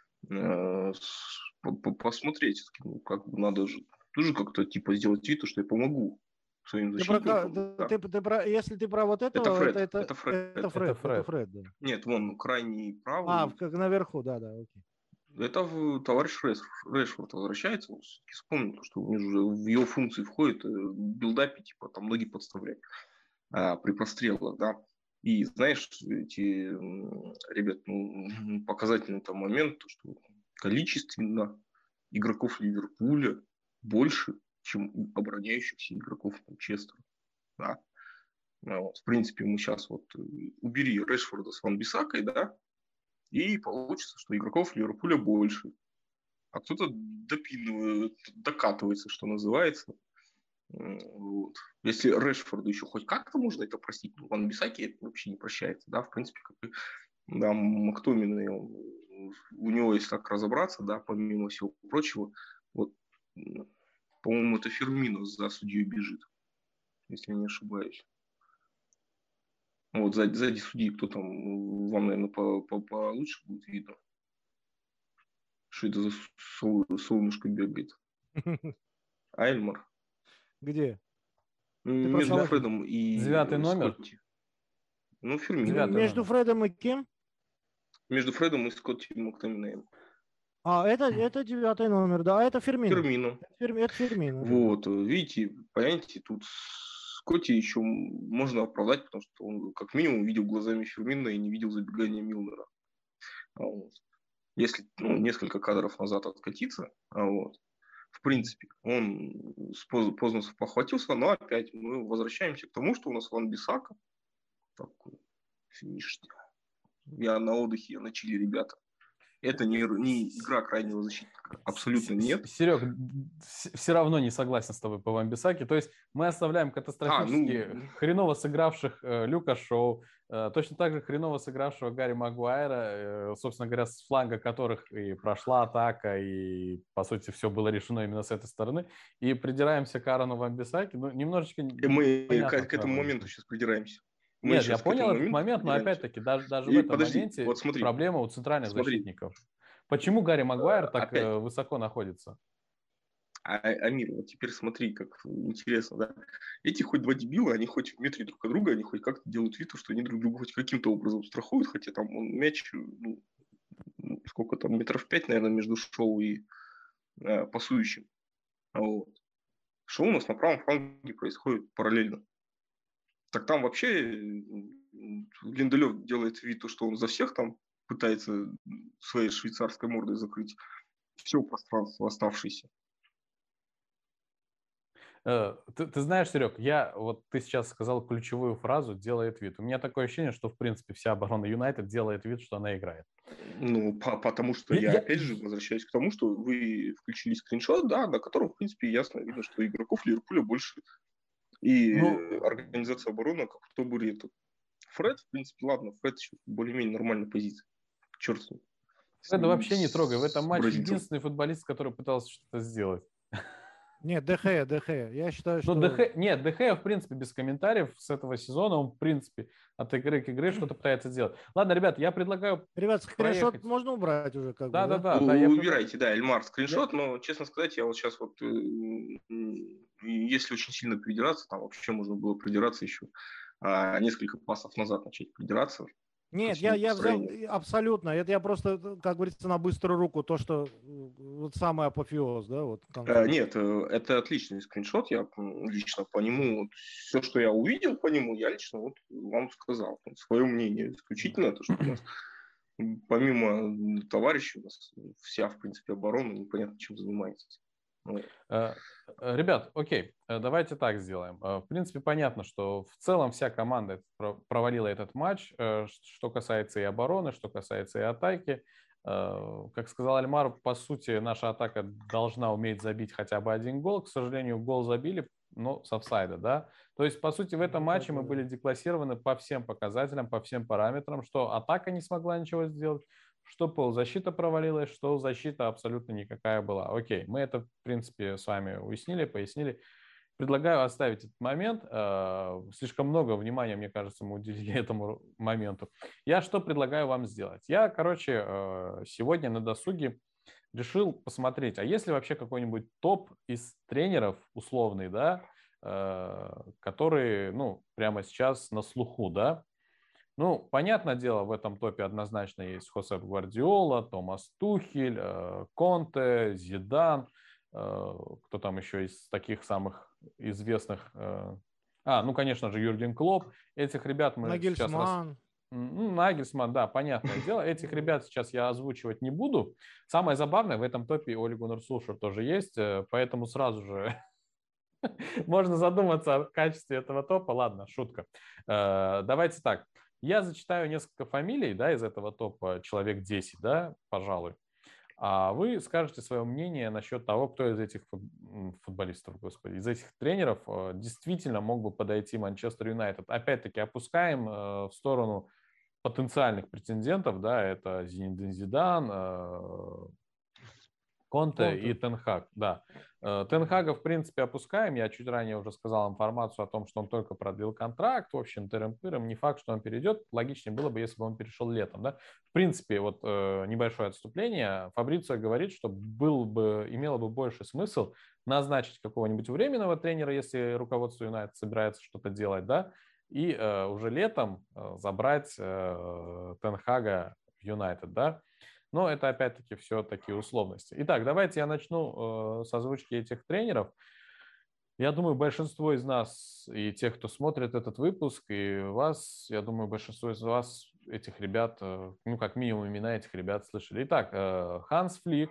Speaker 2: посмотреть. Ну, как бы надо же тоже как-то типа сделать вид, что я помогу своим защитникам.
Speaker 3: Если ты про вот этого,
Speaker 2: это
Speaker 3: Фред. Да.
Speaker 2: Нет, вон крайний правый.
Speaker 3: Как наверху, да, окей.
Speaker 2: Это товарищ Решфорд возвращается. Вспомнил, что в его функции входит билдапи, типа там ноги подставлять при прострелах, да. И знаешь, эти ребят, показательный там момент, что количественно игроков Ливерпуля больше, чем обороняющихся игроков Манчестера. Да. Вот. В принципе, мы сейчас вот убери Решфорда с Ван Бисакой, да, и получится, что игроков Ливерпуля больше. А кто-то докатывается, что называется. Вот. Если Решфорду еще хоть как-то можно это простить, то Ван Бисаки это вообще не прощается. Да, в принципе, как и да, Мактоминой, у него, если так разобраться, да, помимо всего прочего, вот, по-моему, это Фермино за судьей бежит, если я не ошибаюсь. Вот сзади судьи, кто там, вам, наверное, получше будет видно. Что это за солнышко бегает? Айльмар.
Speaker 3: Где?
Speaker 2: Между Фредом и
Speaker 1: 9-й номер.
Speaker 2: Скотти. Ну, Фермино.
Speaker 3: Между Фредом и кем?
Speaker 2: Между Фредом и Скотти Мактоминеем.
Speaker 3: Это 9-й номер, да, это Фермино. Это Фермино.
Speaker 2: Вот, видите, понимаете, тут Скотти еще можно оправдать, потому что он как минимум видел глазами Фермино и не видел забегания Милнера. Вот. Если несколько кадров назад откатиться, вот, в принципе, он поздно похватился, но опять мы возвращаемся к тому, что у нас Ван Бисака такой финиш. Я на отдыхе, я на чили, ребята. Это не игра крайнего защитника. Абсолютно нет.
Speaker 1: Серег, все равно не согласен с тобой по Ван-Бисаки. То есть мы оставляем катастрофически хреново сыгравших Люка Шоу, точно так же хреново сыгравшего Гарри Магуайра, собственно говоря, с фланга которых и прошла атака, и, по сути, все было решено именно с этой стороны. И придираемся к Аарону Ван-Бисаки. Ну, немножечко...
Speaker 2: Мы к этому моменту сейчас придираемся.
Speaker 1: Нет, я понял этот момент, но опять-таки даже в этом моменте
Speaker 2: вот смотри,
Speaker 1: проблема у центральных защитников. Почему Гарри Магуайр так высоко находится?
Speaker 2: Амир, вот теперь смотри, как интересно, да? Эти хоть два дебила, они хоть в метре друг от друга, они хоть как-то делают вид, что они друг друга хоть каким-то образом страхуют, хотя там мяч, сколько там, метров 5, наверное, между Шоу и пасующим. Вот. Шоу у нас на правом фланге происходит параллельно. Так там вообще Линделев делает вид, что он за всех там пытается своей швейцарской мордой закрыть все пространство оставшееся.
Speaker 1: Ты знаешь, Серег, ты сейчас сказал ключевую фразу «делает вид». У меня такое ощущение, что, в принципе, вся оборона Юнайтед делает вид, что она играет.
Speaker 2: Ну, потому что я опять же возвращаюсь к тому, что вы включили скриншот, да, на котором, в принципе, ясно видно, что игроков Ливерпуля больше. И организация обороны как в табурету. Фред, в принципе, ладно, Фред еще более-менее нормальной позиции. Черт с ним.
Speaker 1: Фреда вообще не трогай. В этом матче единственный футболист, который пытался что-то сделать.
Speaker 3: Нет, ДХ. Я считаю, что...
Speaker 1: Нет, ДХ, в принципе, без комментариев с этого сезона, он, в принципе, от игры к игре что-то пытается делать. Ладно, ребят, я предлагаю...
Speaker 3: Ребят, скриншот можно убрать уже, как бы,
Speaker 2: да? Убирайте, да, Эльмар, скриншот, но, честно сказать, я вот сейчас вот, если очень сильно придираться, там вообще можно было придираться еще несколько пасов назад начать придираться.
Speaker 3: Нет, я взял абсолютно. Это я просто, как говорится, на быструю руку то, что вот самый апофеоз, да? Вот,
Speaker 2: нет, это отличный скриншот. Я лично по нему, вот, все, что я увидел по нему, я лично вот вам сказал. Свое мнение исключительно, то, что у нас помимо товарищей, у нас вся, в принципе, оборона непонятно чем занимается.
Speaker 1: Ребят, окей, давайте так сделаем. В принципе, понятно, что в целом вся команда провалила этот матч, что касается и обороны, что касается и атаки. Как сказал Альмар, по сути, наша атака должна уметь забить хотя бы один гол. К сожалению, гол забили, но с офсайда, да. То есть, по сути, в этом матче мы были деклассированы по всем показателям, по всем параметрам, что атака не смогла ничего сделать, что полузащита провалилась, что защита абсолютно никакая была. Окей, мы это, в принципе, с вами уяснили, пояснили. Предлагаю оставить этот момент. Слишком много внимания, мне кажется, мы уделили этому моменту. Я что предлагаю вам сделать? Я, сегодня на досуге решил посмотреть, а есть ли вообще какой-нибудь топ из тренеров условный, да, которые, прямо сейчас на слуху, да. Ну, понятное дело, в этом топе однозначно есть Хосеп Гвардиола, Томас Тухель, Конте, Зидан, кто там еще из таких самых известных. Конечно же, Юрген Клопп. Этих ребят мы
Speaker 3: Нагельсман.
Speaker 1: сейчас... Нагельсман, да, понятное дело. Этих ребят сейчас я озвучивать не буду. Самое забавное, в этом топе Оле Гуннар Сулшер тоже есть, поэтому сразу же можно задуматься о качестве этого топа. Ладно, шутка. Давайте так. Я зачитаю несколько фамилий, да, из этого топа, человек 10, да, пожалуй. А вы скажете свое мнение насчет того, кто из этих футболистов, господи, из этих тренеров действительно мог бы подойти Манчестер Юнайтед. Опять-таки опускаем в сторону потенциальных претендентов, да, это Зинедин Зидан, Конте и Тен Хаг, да. Тен Хага, в принципе, опускаем. Я чуть ранее уже сказал информацию о том, что он только продлил контракт. В общем, тырым-пырым. Не факт, что он перейдет. Логичнее было бы, если бы он перешел летом. Да? В принципе, вот небольшое отступление. Фабрицио говорит, что имело бы больше смысл назначить какого-нибудь временного тренера, если руководство Юнайтед собирается что-то делать, да, и уже летом забрать Тен Хага в Юнайтед, да. Но это опять-таки все такие условности. Итак, давайте я начну с озвучки этих тренеров. Я думаю, большинство из нас и тех, кто смотрит этот выпуск, и вас, я думаю, большинство из вас этих ребят, как минимум имена этих ребят слышали. Итак, Ханс Флик.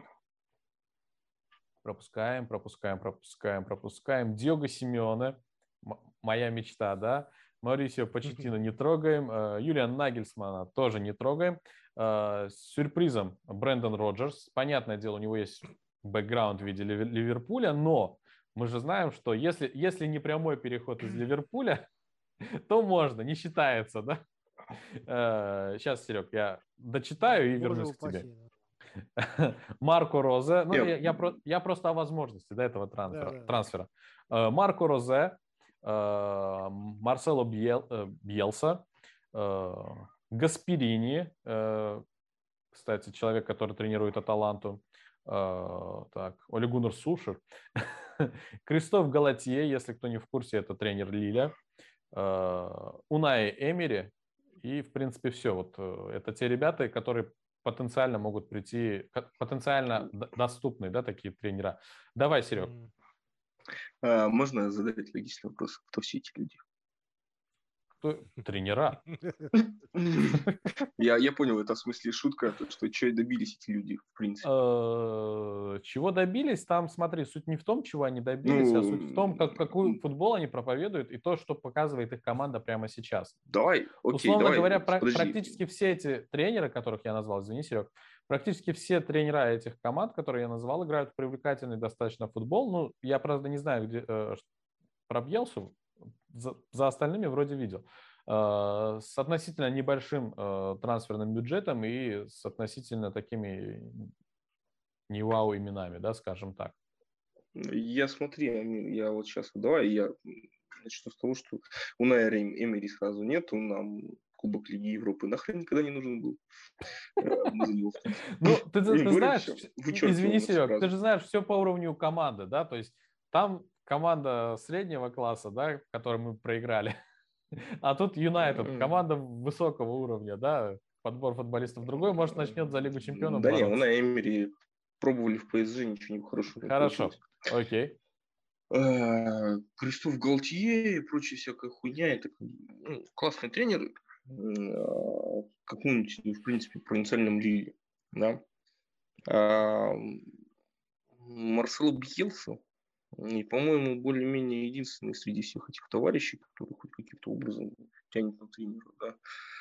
Speaker 1: Пропускаем. Диего Симеоне. Моя мечта, да. Маурисио Почеттино не трогаем. Юлиан Нагельсмана тоже не трогаем. С сюрпризом Брэндон Роджерс. Понятное дело, у него есть бэкграунд в виде Ливерпуля, но мы же знаем, что если не прямой переход из Ливерпуля, то можно, не считается, да? Сейчас, Серег, я дочитаю и вернусь к тебе. Марко Розе. Ну, я просто о возможности этого трансфера. Марко Розе, Марсело Бьелса, Гасперини, кстати, человек, который тренирует Аталанту, так, Оле Гуннар Сушер, Кристоф Галатье, если кто не в курсе, это тренер Лиля, Унай Эмери, и, в принципе, все. Вот это те ребята, которые потенциально могут прийти, потенциально доступные, да, такие тренера. Давай, Серег.
Speaker 2: Можно задать логичный вопрос, кто все эти люди?
Speaker 1: Тренера.
Speaker 2: Я понял, это в смысле шутка, что чего добились эти люди, в принципе.
Speaker 1: Чего добились? Там, смотри, суть не в том, чего они добились, а суть в том, какой футбол они проповедуют и то, что показывает их команда прямо сейчас.
Speaker 2: Давай, окей,
Speaker 1: условно
Speaker 2: давай,
Speaker 1: говоря,
Speaker 2: подожди.
Speaker 1: практически все эти тренеры, которых я назвал, извини, Серег, практически все тренера этих команд, которые я назвал, играют в привлекательный достаточно футбол. Ну, я, правда, не знаю, где про Бьелсу, за остальными вроде видел. С относительно небольшим трансферным бюджетом и с относительно такими не вау именами, да, скажем так.
Speaker 2: Я вот сейчас, давай я начну с того, что у Найра Эмери сразу нету, нам Кубок Лиги Европы нахрен никогда не нужен был.
Speaker 1: Ну, ты знаешь, извини, Серег, ты же знаешь все по уровню команды, да, то есть там команда среднего класса, да, которой мы проиграли, а тут Юнайтед, команда высокого уровня, да, подбор футболистов другой, может, начнет за Лигу Чемпионов
Speaker 2: бороться. Да нет, на Эмери пробовали в ПСЖ, ничего хорошего не получилось.
Speaker 1: Хорошо, окей.
Speaker 2: Кристоф Галтье и прочая всякая хуйня, это классный тренер, каком-нибудь, в принципе, провинциальном Лиле, да. Марсело Бьелса, и, по-моему, более-менее единственный среди всех этих товарищей, который хоть каким-то образом тянет на тренера, да.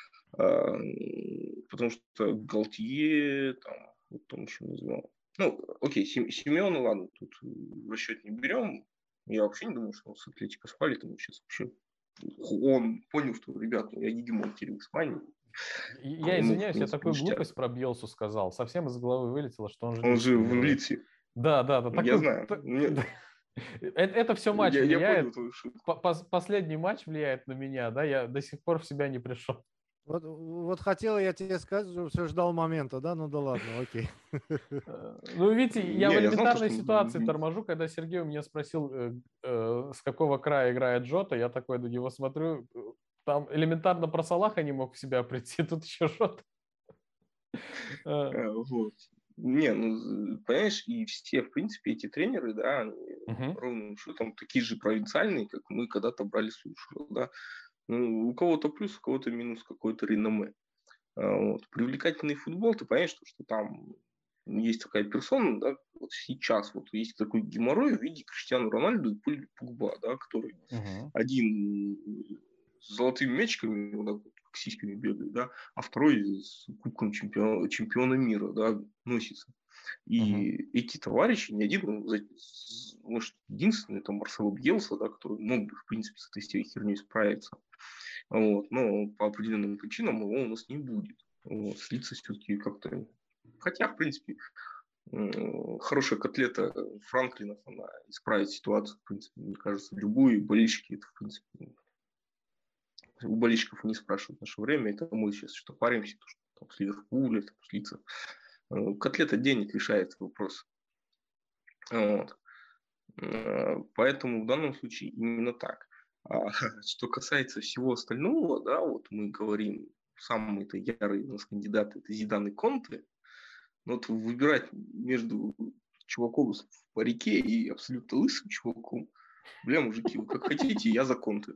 Speaker 2: Потому что Галтье, там еще называл. Ну, окей, Симеона, ладно, тут в расчет не берем. Я вообще не думаю, что он с Атлетико спалит, ему сейчас вообще... Он понял, что, ребята, я гегемон теперь в Испании.
Speaker 1: Я извиняюсь, я такую глупость про Бьелсу сказал. Совсем из головы вылетело, что он же...
Speaker 2: Он же в Лидсе.
Speaker 1: Да.
Speaker 2: Я знаю.
Speaker 1: Это все матч влияет. Последний матч влияет на меня, да, я до сих пор в себя не пришел.
Speaker 3: Вот хотел я тебе сказать, что все ждал момента, да? Ну да ладно, окей.
Speaker 1: Ну, видите, я в элементарной ситуации торможу, когда Сергей у меня спросил, с какого края играет Джота, я такой на него смотрю, там элементарно про Салаха не мог в себя прийти, тут еще Джота.
Speaker 2: Вот. Не, ну, понимаешь, и все, в принципе, эти тренеры, да, ровным счетом такие же провинциальные, как мы когда-то брали Сушера, да. Ну, у кого-то плюс, у кого-то минус какой-то реноме. Вот. Привлекательный футбол, ты понимаешь, что там есть такая персона, да, вот сейчас вот есть такой геморрой в виде Криштиану Рональду и Поль Погба, да, который один с золотыми мячиками, вот так, как сиськами бегает, да, а второй с кубком чемпиона мира, да, носится. И эти товарищи, не один, может, единственный, это Марсело Бьелса, да, который мог бы, в принципе, с этой всей херней справиться. Вот, но по определенным причинам его у нас не будет. Вот, слиться все-таки как-то... Хотя, в принципе, хорошая котлета Франклина, она исправит ситуацию, в принципе, мне кажется, любые болельщики, это, в принципе, у болельщиков не спрашивают в наше время, это мы сейчас что паримся, что там с Ливерпуля, там, слиться. Котлета денег решает вопрос. Вот. Поэтому в данном случае именно так. А что касается всего остального, да, вот мы говорим, самые-то ярые у нас кандидаты это Зидан и Конте. Но вот выбирать между чуваком в парике и абсолютно лысым чуваком, бля, мужики, вы как хотите, я за Конте.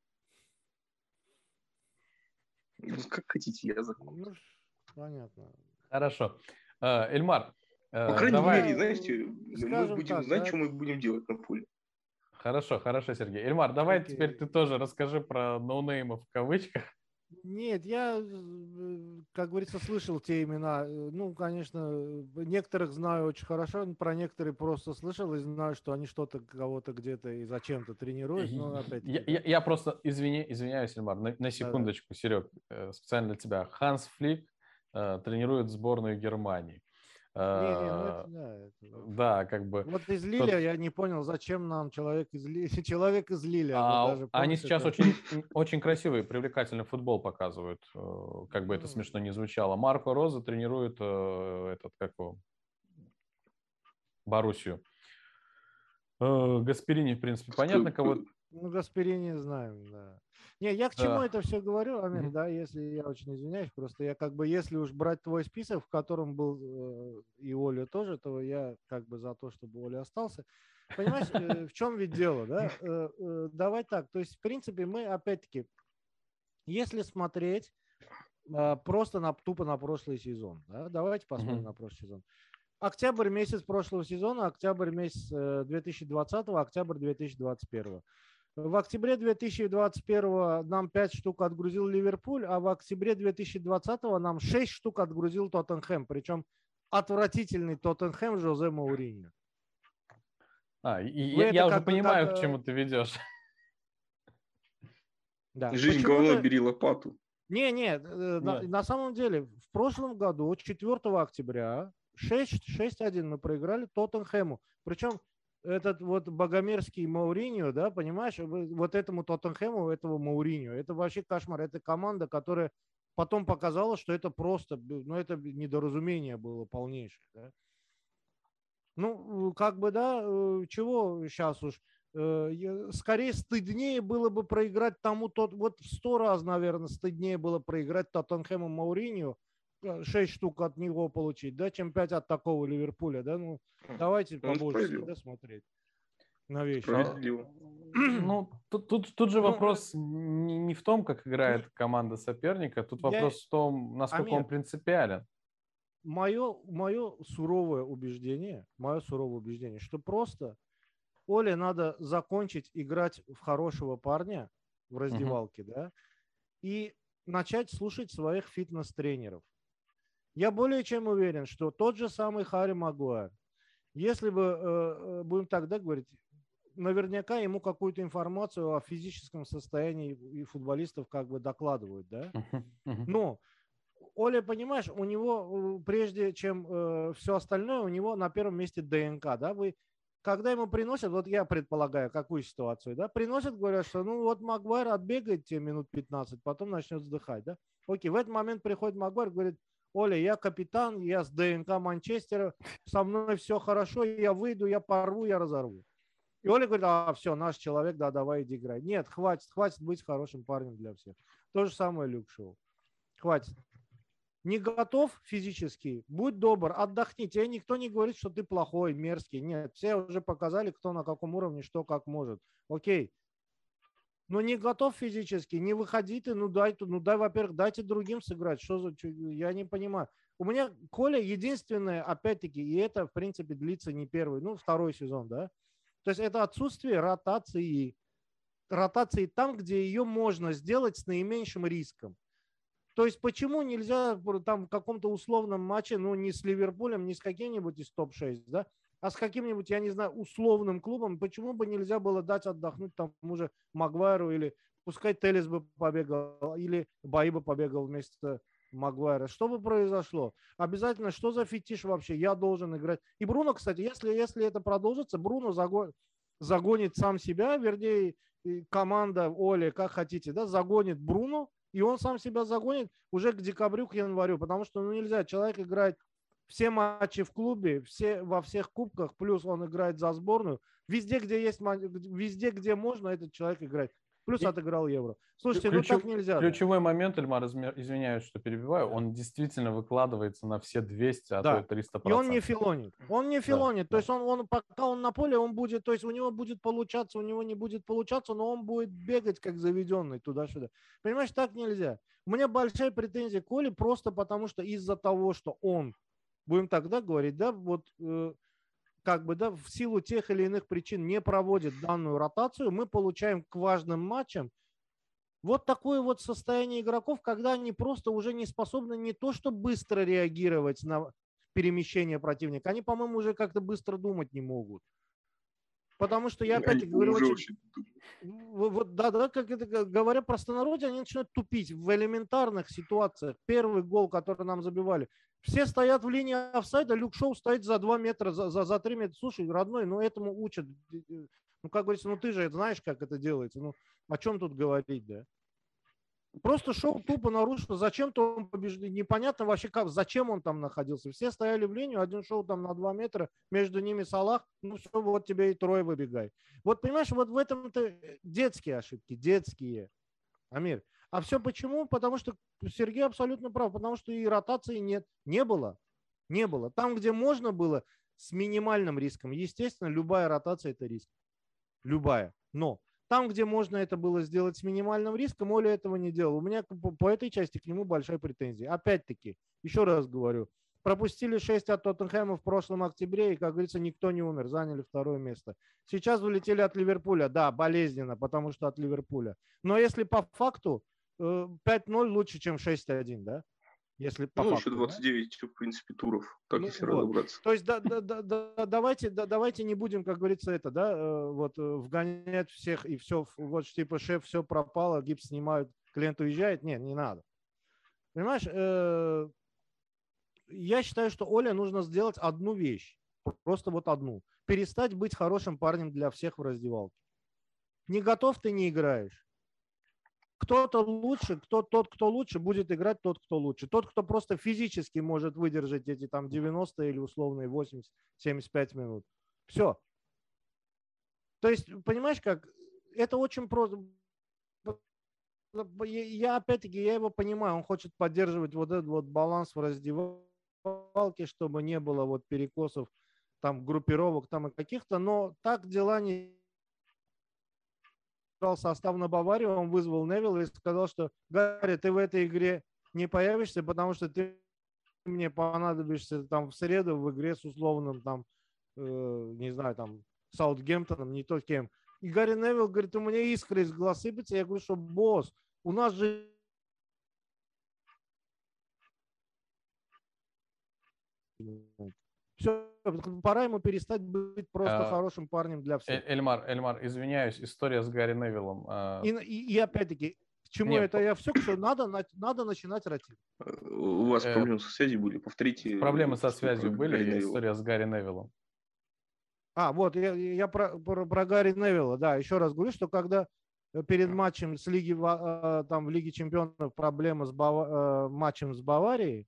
Speaker 2: Как хотите, я за Конте.
Speaker 3: Понятно.
Speaker 1: Хорошо. Эльмар,
Speaker 2: по крайней мере, знаете, мы будем
Speaker 3: так,
Speaker 2: знать,
Speaker 3: да?
Speaker 2: что мы будем делать на поле.
Speaker 1: Хорошо, Сергей. Ильмар, давай
Speaker 3: Окей.
Speaker 1: теперь ты тоже расскай про ноунеймов в кавычках.
Speaker 3: Нет, я, как говорится, слышал те имена. Ну, конечно, некоторых знаю очень хорошо, про некоторые просто слышал и знаю, что они что-то кого-то где-то и зачем-то тренируют, но опять-таки, да.
Speaker 1: Я просто извиняюсь, Ильмар, на
Speaker 3: Да-да.
Speaker 1: секундочку, Серег, специально для тебя. Ханс Флик тренирует сборную Германии.
Speaker 3: Не, ну это да.
Speaker 1: Да, как бы.
Speaker 3: Вот из Лиля я не понял, зачем нам человек из Лиля. Человек из Лиля. Вот даже,
Speaker 1: Они
Speaker 3: помнишь,
Speaker 1: сейчас
Speaker 3: это...
Speaker 1: очень красивый, привлекательный футбол показывают, как бы это смешно не звучало. Марко Роза тренирует Боруссию. Гасперини, в принципе, понятно, кого...
Speaker 3: Ну, Гасперини знаем, да. Не, я к чему это все говорю, Амир, да, если я очень извиняюсь, просто я как бы, если уж брать твой список, в котором был и Оля тоже, то я как бы за то, чтобы Оля остался. Понимаешь, в чем ведь дело, да? Давай так, то есть, в принципе, мы, опять-таки, если смотреть просто тупо на прошлый сезон, да, давайте посмотрим на прошлый сезон. Октябрь месяц прошлого сезона, октябрь месяц 2020, октябрь 2021. В октябре 2021 нам 5 штук отгрузил Ливерпуль, а в октябре 2020 нам 6 штук отгрузил Тоттенхэм. Причем отвратительный Тоттенхэм Жозе Мауриньо.
Speaker 1: Я уже понимаю, к чему ты ведешь.
Speaker 2: Да. Жизнь говно, бери лопату.
Speaker 3: Не, на самом деле, в прошлом году, 4 октября, 6-1 мы проиграли Тоттенхэму. Причем этот вот богомерзкий Мауриньо, да, понимаешь, вот этому Тоттенхэму, этого Мауриньо, это вообще кошмар. Это команда, которая потом показала, что это просто, ну, это недоразумение было полнейшее. Да? Ну, как бы, да, чего сейчас уж. Скорее стыднее было бы проиграть тому, вот в 100 раз, наверное, стыднее было проиграть Тоттенхэму Мауриньо, 6 штук от него получить, да, чем 5 от такого Ливерпуля, да, ну, давайте по-божески, да, смотреть на вещи.
Speaker 2: Справедливо.
Speaker 1: Ну, тут же вопрос не в том, как играет команда соперника, тут вопрос в том, насколько он принципиален.
Speaker 3: Мое суровое убеждение, что просто Оле надо закончить играть в хорошего парня в раздевалке, да, и начать слушать своих фитнес-тренеров. Я более чем уверен, что тот же самый Харри Магуайр, если бы, будем так, да, говорить, наверняка ему какую-то информацию о физическом состоянии и футболистов как бы докладывают, да. Но Оля, понимаешь, у него, прежде чем все остальное, у него на первом месте ДНК, да, когда ему приносят, вот я предполагаю, какую ситуацию, да, приносят, говорят, что ну вот Магуайр отбегает тебе минут 15, потом начнет вздыхать, да. Окей, в этот момент приходит Магуайр, говорит: Оля, я капитан, я с ДНК Манчестера, со мной все хорошо, я выйду, я порву, я разорву. И Оля говорит: все, наш человек, да, давай иди играй. Нет, хватит быть хорошим парнем для всех. То же самое Люк Шоу. Хватит. Не готов физически, будь добр, отдохни. Тебе никто не говорит, что ты плохой, мерзкий. Нет, все уже показали, кто на каком уровне, что как может. Окей. Но не готов физически, не выходи ты, дай, во-первых, дайте другим сыграть. Я не понимаю. У меня Коля единственное, опять-таки, и это, в принципе, длится не первый, второй сезон, да. То есть это отсутствие ротации. Ротации там, где ее можно сделать с наименьшим риском. То есть почему нельзя там в каком-то условном матче, не с Ливерпулем, не с каким-нибудь из топ-6, да, а с каким-нибудь, я не знаю, условным клубом, почему бы нельзя было дать отдохнуть тому же Магуайру, или пускай Телес бы побегал, или Баи бы побегал вместо Магуайра. Что бы произошло? Обязательно, что за фетиш вообще? Я должен играть. И Бруно, кстати, если это продолжится, Бруно загонит сам себя, вернее, команда Оли, как хотите, да, загонит Бруно, и он сам себя загонит уже к декабрю, к январю, потому что нельзя. Человек играет все матчи в клубе, во всех кубках, плюс он играет за сборную. Везде, везде, где можно, этот человек играет. Плюс отыграл Евро. Слушайте, так нельзя.
Speaker 1: Ключевой момент, Ильмар, извиняюсь, что перебиваю, он действительно выкладывается на все 200, а то и 300%.
Speaker 3: И он не филонит. То есть пока он на поле, он будет, то есть у него будет получаться, у него не будет получаться, но он будет бегать как заведенный туда-сюда. Понимаешь, так нельзя. У меня большая претензия к Оле просто потому, что из-за того, что он, будем тогда говорить, да, вот как бы, да, в силу тех или иных причин не проводит данную ротацию, мы получаем к важным матчам вот такое вот состояние игроков, когда они просто уже не способны не то что быстро реагировать на перемещение противника, они, по-моему, уже как-то быстро думать не могут. Потому что я опять говорю, вот, да, как это, говоря простонародье, они начинают тупить в элементарных ситуациях. Первый гол, который нам забивали, все стоят в линии офсайда, Люк Шоу стоит за 2 метра, за 3 метра. Слушай, родной, ну этому учат. Ну, как говорится, ну ты же знаешь, как это делается. Ну, о чем тут говорить, да? Просто Шоу тупо нарушил. Зачем-то он побежал. Непонятно вообще, как, зачем он там находился. Все стояли в линию, один Шоу там на 2 метра, между ними Салах. Ну все, вот тебе и трое выбегай. Вот понимаешь, вот в этом-то детские ошибки, детские, Амир. А все почему? Потому что Сергей абсолютно прав. Потому что и ротации нет. Не было. Не было. Там, где можно было, с минимальным риском. Естественно, любая ротация – это риск. Любая. Но там, где можно это было сделать с минимальным риском, Оля этого не делал. У меня по этой части к нему большая претензия. Опять-таки, еще раз говорю, пропустили 6 от Тоттенхэма в прошлом октябре, и, как говорится, никто не умер, заняли второе место. Сейчас улетели от Ливерпуля. Да, болезненно, потому что от Ливерпуля. Но если по факту 5-0 лучше, чем 6-1, да? Если по
Speaker 2: ну,
Speaker 3: факту,
Speaker 2: еще 29, да? В принципе, туров, так если вот разобраться.
Speaker 3: То есть давайте не будем, как говорится, это, да, вот вгонять всех и все, вот типа шеф, все пропало, гипс снимают, клиент уезжает. Нет, не надо. Понимаешь, я считаю, что Оле нужно сделать одну вещь, просто вот одну. Перестать быть хорошим парнем для всех в раздевалке. Не готов, ты не играешь. Кто-то лучше, тот, кто лучше, будет играть тот, кто лучше. Тот, кто просто физически может выдержать эти там 90 или условные 80-75 минут. Все. То есть, понимаешь, как это очень просто. Я опять-таки, я его понимаю, он хочет поддерживать вот этот вот баланс в раздевалке, чтобы не было вот перекосов, там группировок там и каких-то, но так дела не состав на Баварию, он вызвал Невилла и сказал, что Гарри, ты в этой игре не появишься, потому что ты мне понадобишься там в среду в игре с условным там, не знаю, там Саутгемптоном, не то кем. И Гарри Невилл говорит, у меня искры из глаз сыпятся. Я говорю, что босс, у нас же все, пора ему перестать быть просто хорошим парнем для всех.
Speaker 1: Эльмар, извиняюсь, история с Гарри Невиллом.
Speaker 3: И опять-таки, к чему это я все, что надо начинать ротировать.
Speaker 2: У вас проблемы со связью были? Повторите.
Speaker 1: Проблемы со связью были, история с Гарри Невиллом.
Speaker 3: Вот, я про Гарри Невилла, да, еще раз говорю, что когда перед матчем с Лиги, там, в Лиге Чемпионов проблема с матчем с Баварией,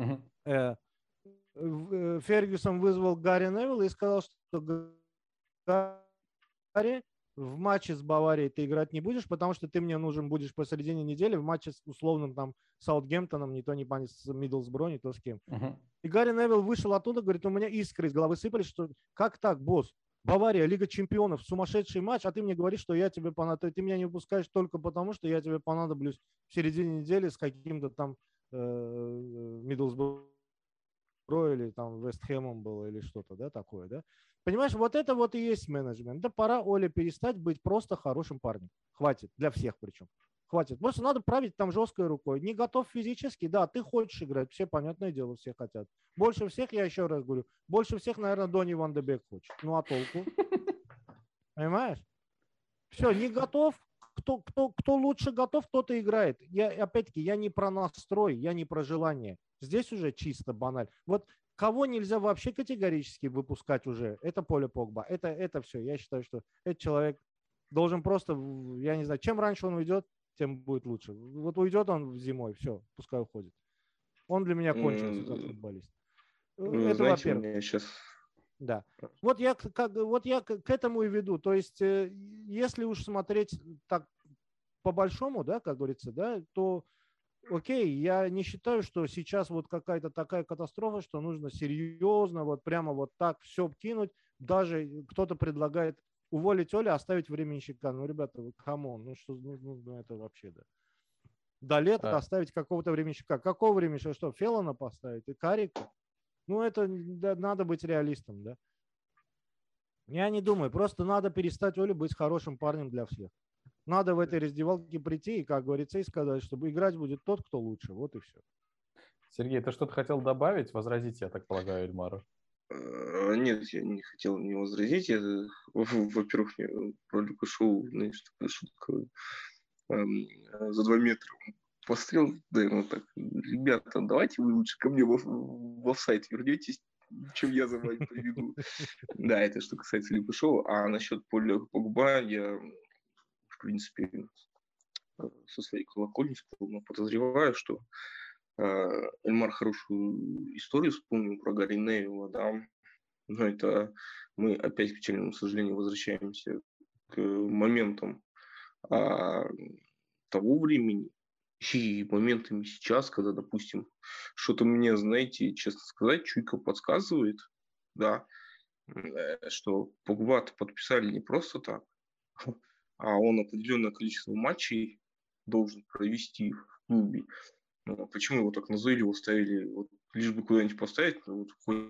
Speaker 3: Фергюсон вызвал Гарри Невилла и сказал, что Гарри, в матче с Баварией ты играть не будешь, потому что ты мне нужен будешь посередине недели в матче с условным там Саутгемптоном, не то не понятно, с Миддлсбро, не то с кем. И Гарри Невилл вышел оттуда, говорит, у меня искры из головы сыпались, что как так, босс? Бавария, Лига Чемпионов, сумасшедший матч, а ты мне говоришь, что я тебе понадоблюсь, ты меня не выпускаешь только потому, что я тебе понадоблюсь в середине недели с каким-то там Миддлсбро или там Вестхэмом было или что-то, да, такое, да. Понимаешь, вот это вот и есть менеджмент. Да пора Оле перестать быть просто хорошим парнем. Хватит, для всех причем. Хватит. Просто надо править там жесткой рукой. Не готов физически, да, ты хочешь играть, все, понятное дело, все хотят. Больше всех, я еще раз говорю, больше всех, наверное, Донни Ван де Бек хочет. Ну, а толку? Понимаешь? Все, не готов. Кто лучше готов, тот и играет. Опять-таки, я не про настрой, я не про желание. Здесь уже чисто банально. Вот кого нельзя вообще категорически выпускать уже, это Поле Погба. Это все. Я считаю, что этот человек должен просто, я не знаю, чем раньше он уйдет, тем будет лучше. Вот уйдет он зимой, все, пускай уходит. Он для меня кончился как футболист. Это во-первых.
Speaker 2: Сейчас...
Speaker 3: Да. Вот я к этому и веду. То есть, если уж смотреть так по-большому, да, как говорится, да, то окей, я не считаю, что сейчас вот какая-то такая катастрофа, что нужно серьезно вот прямо вот так все кинуть. Даже кто-то предлагает уволить Оля, оставить временщика. Ну, ребята, камон, ну что, ну это вообще, да. До лета оставить какого-то временщика. Какого временщика? Что, Феллона поставить? И Карика? Ну, это да, надо быть реалистом, да. Я не думаю, просто надо перестать Оле быть хорошим парнем для всех. Надо в этой раздевалке прийти и, как говорится, и сказать, что играть будет тот, кто лучше. Вот и все.
Speaker 1: Сергей, ты что-то хотел добавить, возразить, я так полагаю, Эльмару?
Speaker 2: Нет, я не хотел не возразить. Во-первых, про Люка Шоу, знаешь, такая шутка. За 2 метра пострел, да, ему так, ребята, давайте вы лучше ко мне в офсайд вернетесь, чем я за вами побегу. Да, это что касается Люка Шоу. А насчет Поля Погба я, в принципе, со своей колокольни подозреваю, что Эльмар хорошую историю вспомнил про Гарри Невилла, да, но это мы опять, к печальному сожалению, возвращаемся к моментам того времени и моментами сейчас, когда, допустим, что-то мне, знаете, честно сказать, чуйка подсказывает, да, что Погба подписали не просто так, а он определенное количество матчей должен провести в клубе. Почему его так назойливо ставили? Вот, лишь бы куда-нибудь поставить, вот,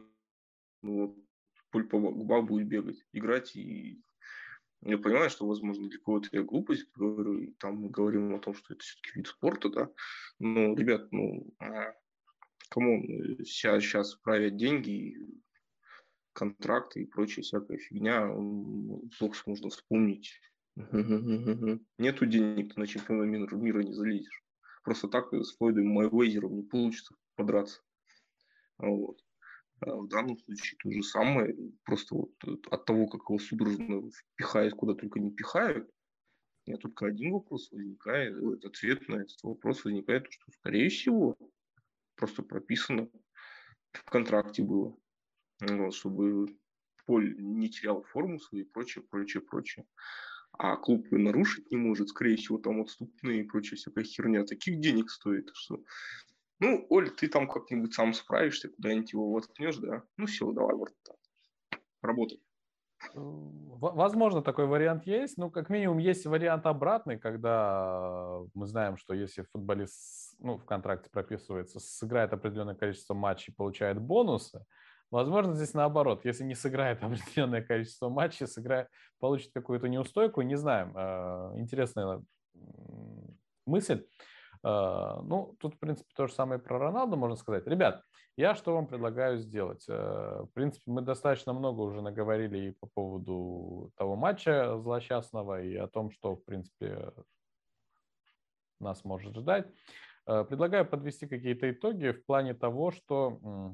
Speaker 2: Поль Погба будет бегать, играть. И я понимаю, что, возможно, для кого-то я глупость говорю, и там мы говорим о том, что это все-таки вид спорта, да. Но, ребят, кому сейчас правят деньги, контракты и прочая всякая фигня, бокс можно вспомнить. Нету денег, на чемпиона мира не залезешь. Просто так с Флойдом Майвезером не получится подраться. Вот. А в данном случае то же самое. Просто вот от того, как его судорожно впихают, куда только не пихают, у меня только один вопрос возникает, ответ на этот вопрос возникает, что, скорее всего, просто прописано в контракте было, вот, чтобы Поль не терял форму свою и прочее, прочее, прочее. А клуб нарушить не может, скорее всего, там отступные и прочая всякая херня. Таких денег стоит, что... Ну, Оль, ты там как-нибудь сам справишься, куда-нибудь его воткнешь, да? Ну все, давай, вот так. Работай.
Speaker 1: Возможно, такой вариант есть. Ну, как минимум, есть вариант обратный, когда мы знаем, что если футболист, ну, в контракте прописывается, сыграет определенное количество матчей, получает бонусы. Возможно, здесь наоборот. Если не сыграет определенное количество матчей, получит какую-то неустойку, не знаем. Интересная мысль. Ну, тут, в принципе, то же самое про Роналду можно сказать. Ребят, я что вам предлагаю сделать? В принципе, мы достаточно много уже наговорили и по поводу того матча злосчастного, и о том, что, в принципе, нас может ждать. Предлагаю подвести какие-то итоги в плане того, что,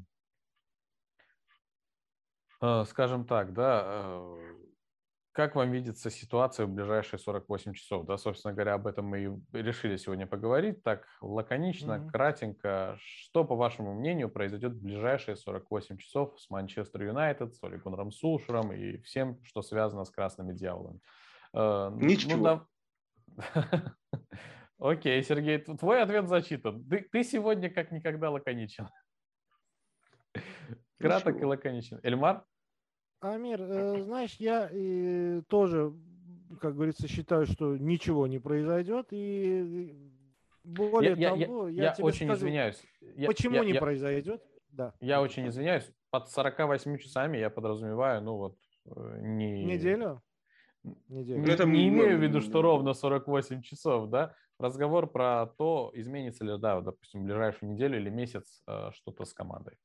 Speaker 1: скажем так, да, как вам видится ситуация в ближайшие 48 часов? Да, собственно говоря, об этом мы и решили сегодня поговорить. Так, лаконично, кратенько. Что, по вашему мнению, произойдет в ближайшие 48 часов с Манчестер Юнайтед, с Оле Гуннером Сулшером и всем, что связано с красными дьяволами?
Speaker 2: Ничего.
Speaker 1: Окей, Сергей, твой ответ зачитан. Ты сегодня как никогда лаконичен. Краток и лаконичен. Эльмар?
Speaker 3: Амир, знаешь, я тоже, как говорится, считаю, что ничего не произойдет. И более того, я тебе
Speaker 1: очень
Speaker 3: скажу,
Speaker 1: извиняюсь.
Speaker 3: почему не произойдет. Да.
Speaker 1: Я очень извиняюсь. Под 48 часами я подразумеваю, ну вот,
Speaker 3: Неделю?
Speaker 1: Не имею в виду, что ровно 48 часов, да? Разговор про то, изменится ли, да, допустим, в ближайшую неделю или месяц что-то с командой.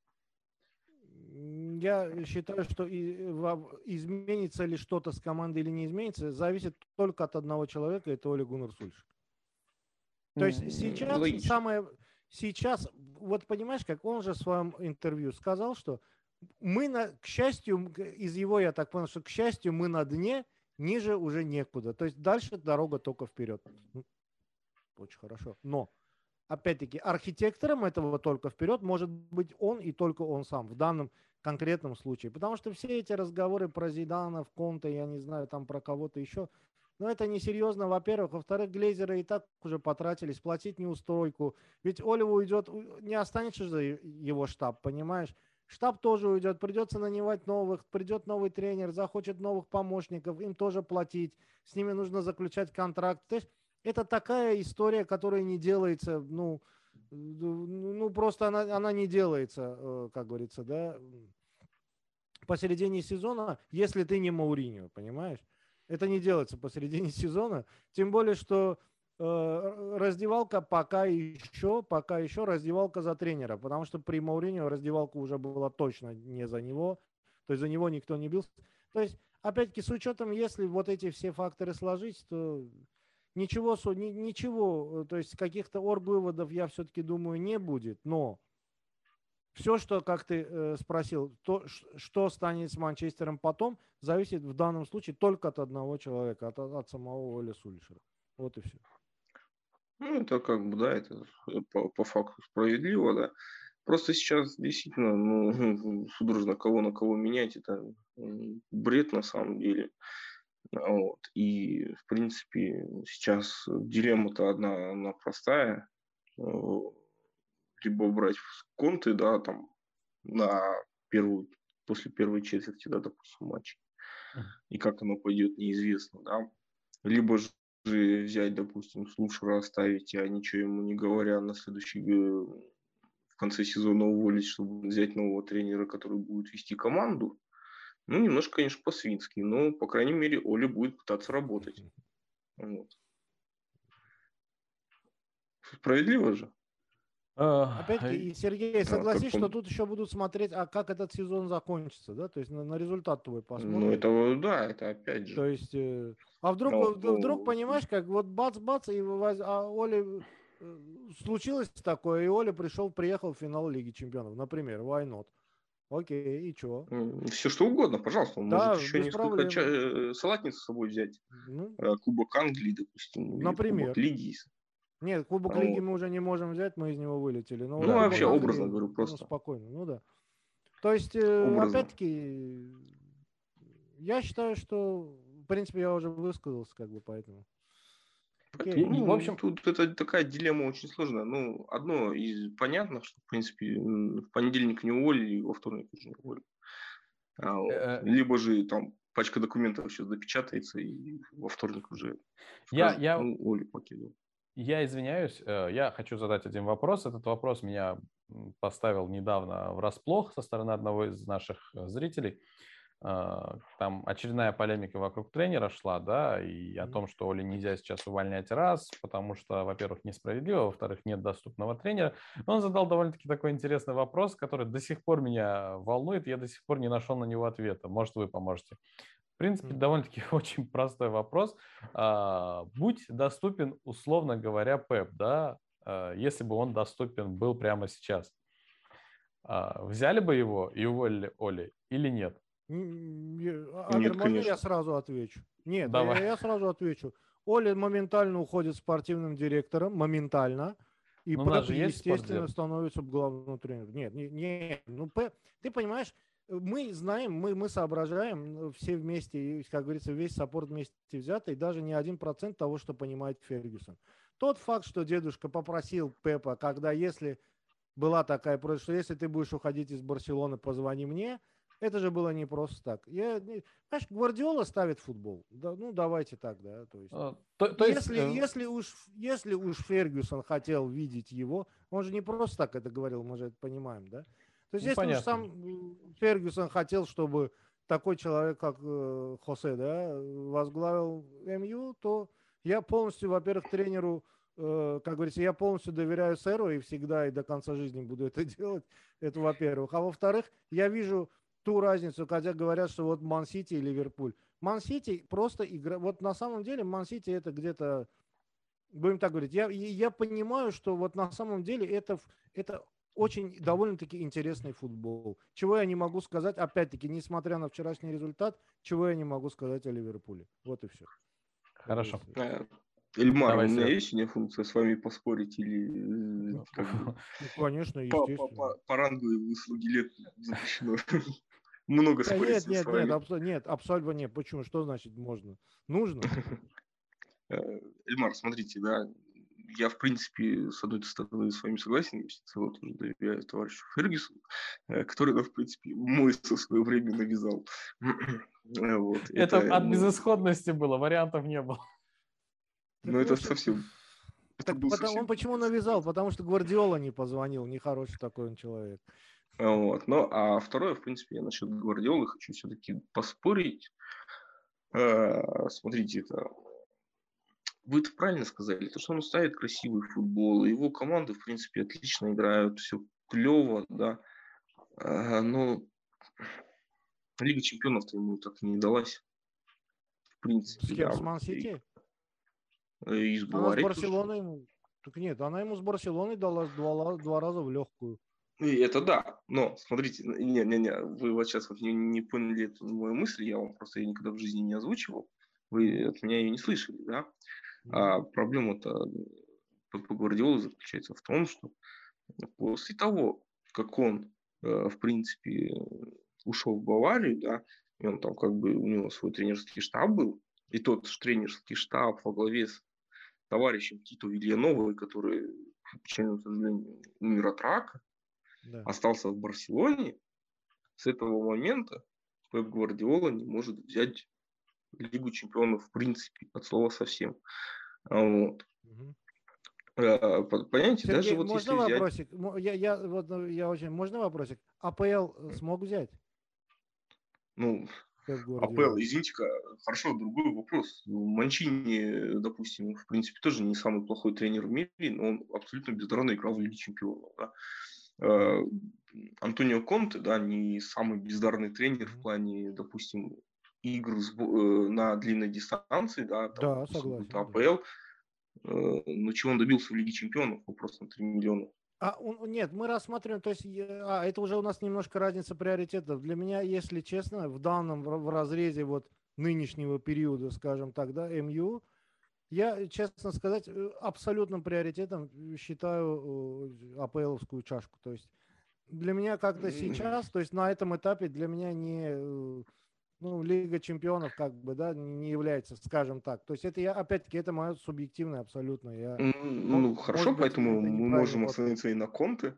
Speaker 3: Я считаю, что изменится ли что-то с командой или не изменится, зависит только от одного человека, это Оле Гуннер Сульшер. То есть сейчас, вот понимаешь, как он же в своем интервью сказал, что мы, к счастью, из его, я так понял, что, к счастью, мы на дне, ниже уже некуда. То есть дальше дорога только вперед. Очень хорошо. Но, опять-таки, архитектором этого только вперед может быть он и только он сам в данном конкретном случае. Потому что все эти разговоры про Зиданов, Конте, я не знаю, там про кого-то еще, но это несерьезно, во-первых. Во-вторых, Глейзеры и так уже потратились, платить неустойку. Ведь Оливу уйдет, не останется же его штаб, понимаешь? Штаб тоже уйдет, придется нанимать новых, придет новый тренер, захочет новых помощников, им тоже платить, с ними нужно заключать контракт. То есть это такая история, которая не делается, ну просто она не делается, как говорится, да. посередине сезона, если ты не Мауриньо, понимаешь? Это не делается посередине сезона, тем более, что раздевалка пока еще раздевалка за тренера, потому что при Мауриньо раздевалка уже была точно не за него, то есть за него никто не бился. То есть, опять-таки, с учетом, если вот эти все факторы сложить, то ничего, то есть каких-то орг-выводов, я все-таки думаю, не будет, но все, что, как ты спросил, то, что станет с Манчестером потом, зависит в данном случае только от одного человека, от самого Оли Сульшера. Вот и все.
Speaker 2: Ну, это как бы, да, это по факту справедливо, да. Просто сейчас действительно, ну, судорожно кого на кого менять, это бред на самом деле. Вот. И, в принципе, сейчас дилемма-то она простая. Либо брать Конте, да, там, после первой четверти, да, допустим, матча. И как оно пойдет, неизвестно, да. Либо же взять, допустим, Сульшера оставить, а ничего ему не говоря, на следующий в конце сезона уволить, чтобы взять нового тренера, который будет вести команду. Ну, немножко, конечно, по-свински, но, по крайней мере, Оля будет пытаться работать. Вот. Справедливо же?
Speaker 3: Опять-таки, и Сергей, согласись, что тут еще будут смотреть, а как этот сезон закончится, да, то есть на результат твой посмотрят.
Speaker 2: Ну, это, да, это опять же.
Speaker 3: То есть, а вдруг понимаешь, как вот бац-бац, и Оля случилось такое, и Оля приехал в финал Лиги Чемпионов, например, why not? Окей, и что?
Speaker 2: Все что угодно, пожалуйста. Он
Speaker 3: да,
Speaker 2: может еще несколько салатниц с собой взять.
Speaker 3: Ну,
Speaker 2: Кубок Англии, допустим.
Speaker 3: Например.
Speaker 2: Кубок Лиги.
Speaker 3: Нет, Кубок Лиги мы уже не можем взять, мы из него вылетели. Но
Speaker 2: ну, вообще, Англии, образно говорю, просто.
Speaker 3: Ну, спокойно, ну да. То есть, опять-таки, я считаю, что, в принципе, я уже высказался, как бы, поэтому.
Speaker 2: Ну, в общем, тут это такая дилемма очень сложная. Ну, одно из понятно, что, в принципе, в понедельник не уволили, и во вторник уже не уволили. Либо же там пачка документов сейчас допечатается, и во вторник уже Олю покинул.
Speaker 1: Я извиняюсь, я хочу задать один вопрос. Этот вопрос меня поставил недавно врасплох со стороны одного из наших зрителей. Там очередная полемика вокруг тренера шла, да, и о том, что Оле нельзя сейчас увольнять раз, потому что, во-первых, несправедливо, во-вторых, нет доступного тренера. Но он задал довольно-таки такой интересный вопрос, который до сих пор меня волнует, я до сих пор не нашел на него ответа. Может, вы поможете. В принципе, довольно-таки очень простой вопрос. Будь доступен, условно говоря, Пеп, да, если бы он доступен был прямо сейчас, взяли бы его и уволили Оли или нет?
Speaker 3: Нет, можно я сразу отвечу? Нет, я сразу отвечу. Оля моментально уходит спортивным директором, моментально. И Пеп, естественно, становится главным тренером. Нет. Ну, Пеп, ты понимаешь, мы знаем, мы соображаем все вместе, как говорится, весь саппорт вместе взятый, даже не 1% того, что понимает Фергюсон. Тот факт, что дедушка попросил Пепа, если была такая просьба, что если ты будешь уходить из Барселоны, позвони мне, это же было не просто так. Знаешь, Гвардиола ставит футбол. Да, ну, давайте так, да. То есть, если уж Фергюсон хотел видеть его, он же не просто так это говорил, мы же это понимаем, да. То есть, если уж сам Фергюсон хотел, чтобы такой человек, как Хосе, да, возглавил МЮ, то я полностью, во-первых, тренеру, как говорится, я полностью доверяю сэру и всегда и до конца жизни буду это делать. Это во-первых. А во-вторых, я вижу ту разницу, хотя говорят, что вот Ман-Сити и Ливерпуль. Ман-Сити просто игра. Вот на самом деле Ман-Сити это где-то, будем так говорить, я понимаю, что вот на самом деле это очень довольно-таки интересный футбол. Чего я не могу сказать, опять-таки, несмотря на вчерашний результат, чего я не могу сказать о Ливерпуле. Вот и все.
Speaker 1: Хорошо.
Speaker 2: Эльмар, у меня есть сегодня функция с вами поспорить или как бы,
Speaker 3: конечно, естественно.
Speaker 2: По рангу и выслуги лет запрещено. Много спорить с вами.
Speaker 3: Нет, абсолютно нет. Почему? Что значит можно? Нужно?
Speaker 2: Эльмар, смотрите, да, я, в принципе, с одной стороны с вами согласен, я всецело тоже доверяю товарищу Фергюсону, который, в принципе, Мойсу в свое время навязал.
Speaker 1: Это от безысходности было, вариантов не было.
Speaker 2: Ну, это совсем...
Speaker 3: Он почему навязал? Потому что Гвардиола не позвонил, нехороший такой он человек.
Speaker 2: Вот. Ну, а второе, в принципе, я насчет Гвардиолы хочу все-таки поспорить. Смотрите, вы правильно сказали, то, что он ставит красивый футбол, его команды, в принципе, отлично играют, все клево, да. Но Лига чемпионов-то ему так и не далась, в принципе,
Speaker 3: С кем?
Speaker 2: да.
Speaker 3: С Ман-Сити?
Speaker 2: И с
Speaker 3: Она с
Speaker 2: Баварией
Speaker 3: Барселоной ему... Так нет, она ему с Барселоной дала два раза в легкую.
Speaker 2: И это да, но смотрите, не, вы вот сейчас вот не поняли эту мою мысль, я вам просто ее никогда в жизни не озвучивал, вы от меня ее не слышали, да? А проблема-то по Гвардиолу заключается в том, что после того, как он, в принципе, ушел в Баварию, да, и он там как бы, у него свой тренерский штаб был, и тот тренерский штаб во главе с товарищем Тито Вильяновой, который, к печальному сожалению, умер от рака, остался в Барселоне, с этого момента Пеп Гвардиола не может взять Лигу чемпионов в принципе, от слова совсем. Вот. Понимаете,
Speaker 3: Сергей,
Speaker 2: даже вот
Speaker 3: можно
Speaker 2: если
Speaker 3: вопросик? Можно вопросик? АПЛ смог взять?
Speaker 2: Ну, АПЛ, извините-ка, хорошо, другой вопрос. Манчини, допустим, в принципе, тоже не самый плохой тренер в мире, но он абсолютно бездарно играл в Лиге чемпионов. Да? Антонио Конте, да, не самый бездарный тренер в плане, допустим, игр на длинной дистанции, да, там,
Speaker 3: согласен.
Speaker 2: АПЛ. Но чего он добился в Лиге чемпионов? Вопрос на 3 миллиона.
Speaker 3: Нет, мы рассматриваем, то есть, это уже у нас немножко разница приоритетов. Для меня, если честно, в разрезе вот нынешнего периода, скажем так, да, МЮ, я, честно сказать, абсолютным приоритетом считаю АПЛовскую чашку. То есть для меня как-то сейчас, то есть на этом этапе для меня не... Лига чемпионов как бы, да, не является, скажем так. То есть это опять-таки, это мое субъективное абсолютно.
Speaker 2: Хорошо, поэтому мы можем остановиться и на Конте.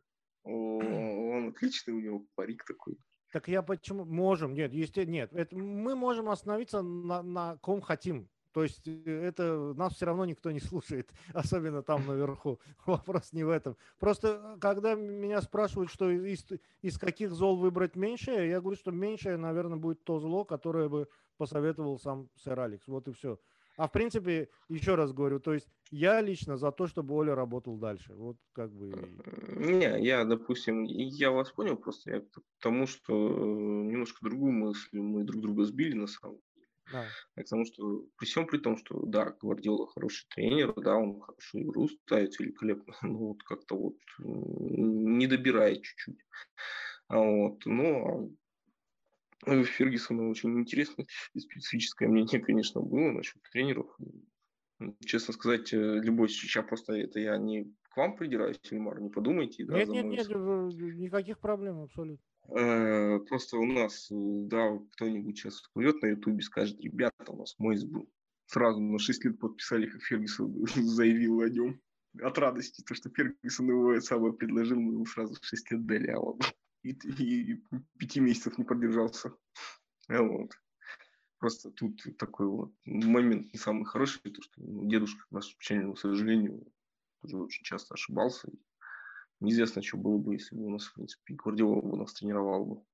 Speaker 2: Он отличный, у него парик такой.
Speaker 3: Так я почему? Можем, нет, мы можем остановиться на ком хотим. То есть это нас все равно никто не слушает, особенно там наверху. Вопрос не в этом. Просто когда меня спрашивают, что из каких зол выбрать меньшее, я говорю, что меньшее, наверное, будет то зло, которое бы посоветовал сам сэр Алекс. Вот и все. А в принципе, еще раз говорю, то есть я лично за то, чтобы Оля работал дальше. Вот как бы...
Speaker 2: Не, я, допустим, я вас понял, просто я к тому, что немножко другую мысль мы друг друга сбили на самом деле. К тому, что при всем при том, что да, Гвардиола хороший тренер, да, он хорошую игру ставит великолепно, но вот как-то вот не добирает чуть-чуть. Вот. Но Фергюсона очень интересное и специфическое мнение, конечно, было насчет тренеров. Честно сказать, любой сейчас просто это я не к вам придираюсь, Ильмар, не подумайте. Да,
Speaker 3: нет, никаких проблем абсолютно.
Speaker 2: Просто у нас, да, кто-нибудь сейчас всплывет на Ютубе, скажет, ребята, у нас Мойс был. Сразу на 6 лет подписали, как Фергюсон заявил о нем. От радости, то, что Фергюсон его самое предложил, мы ему сразу 6 лет дали, а он и 5 месяцев не продержался. Вот. Просто тут такой вот момент не самый хороший, то, что дедушка, к нашему печальному сожалению, тоже очень часто ошибался. И неизвестно, что было бы, если бы у нас, в принципе, Гвардиола бы нас тренировал бы.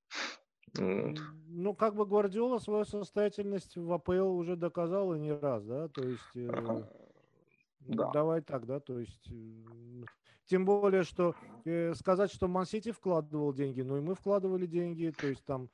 Speaker 3: Вот. Как бы Гвардиола свою состоятельность в АПЛ уже доказал и не раз, да, то есть...
Speaker 2: Да.
Speaker 3: Давай так, да, то есть... Тем более, что сказать, что Ман-Сити вкладывал деньги, но и мы вкладывали деньги, то есть там...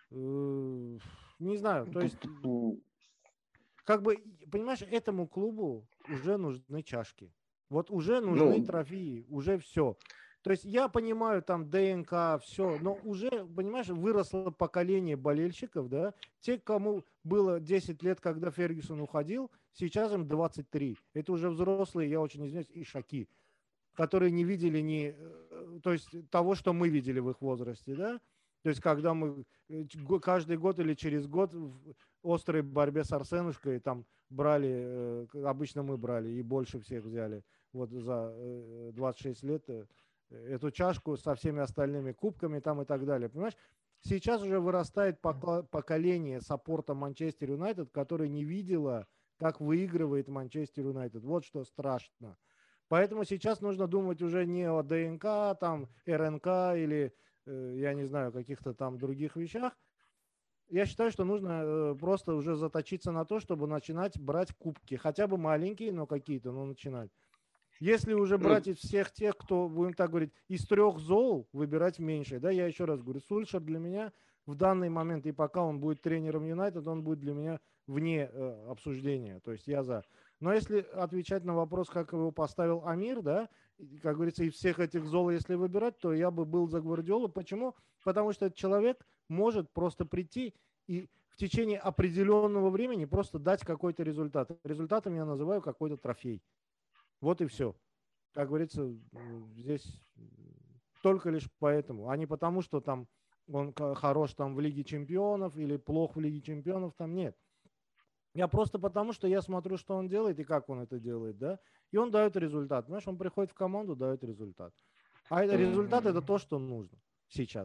Speaker 3: не знаю, то есть... Как бы, понимаешь, этому клубу уже нужны чашки. Вот уже нужны трофеи, уже все. То есть я понимаю, там ДНК, все, но уже, понимаешь, выросло поколение болельщиков, да, те, кому было 10 лет, когда Фергюсон уходил, сейчас им 23. Это уже взрослые, я очень извиняюсь, ишаки, которые не видели то есть того, что мы видели в их возрасте, да. То есть когда мы каждый год или через год в острой борьбе с Арсенушкой там брали, обычно мы брали и больше всех взяли, вот за 26 лет эту чашку со всеми остальными кубками там и так далее. Понимаешь, сейчас уже вырастает поколение саппорта Манчестер Юнайтед, которое не видело, как выигрывает Манчестер Юнайтед. Вот что страшно. Поэтому сейчас нужно думать уже не о ДНК, там, РНК или я не знаю, каких-то там других вещах. Я считаю, что нужно просто уже заточиться на то, чтобы начинать брать кубки. Хотя бы маленькие, но какие-то, но начинать. Если уже брать из всех тех, кто, будем так говорить, из 3 зол, выбирать меньше. Да, я еще раз говорю, Сульшер для меня в данный момент, и пока он будет тренером Юнайтед, он будет для меня вне обсуждения. То есть я за. Но если отвечать на вопрос, как его поставил Амир, да, как говорится, из всех этих зол, если выбирать, то я бы был за Гвардиолу. Почему? Потому что этот человек может просто прийти и в течение определенного времени просто дать какой-то результат. Результатом я называю какой-то трофей. Вот и все. Как говорится, здесь только лишь поэтому, а не потому, что там он хорош там в Лиге Чемпионов или плох в Лиге Чемпионов, там нет. Я просто потому, что я смотрю, что он делает и как он это делает, да, и он дает результат. Знаешь, он приходит в команду, дает результат. А это результат – это то, что нужно сейчас.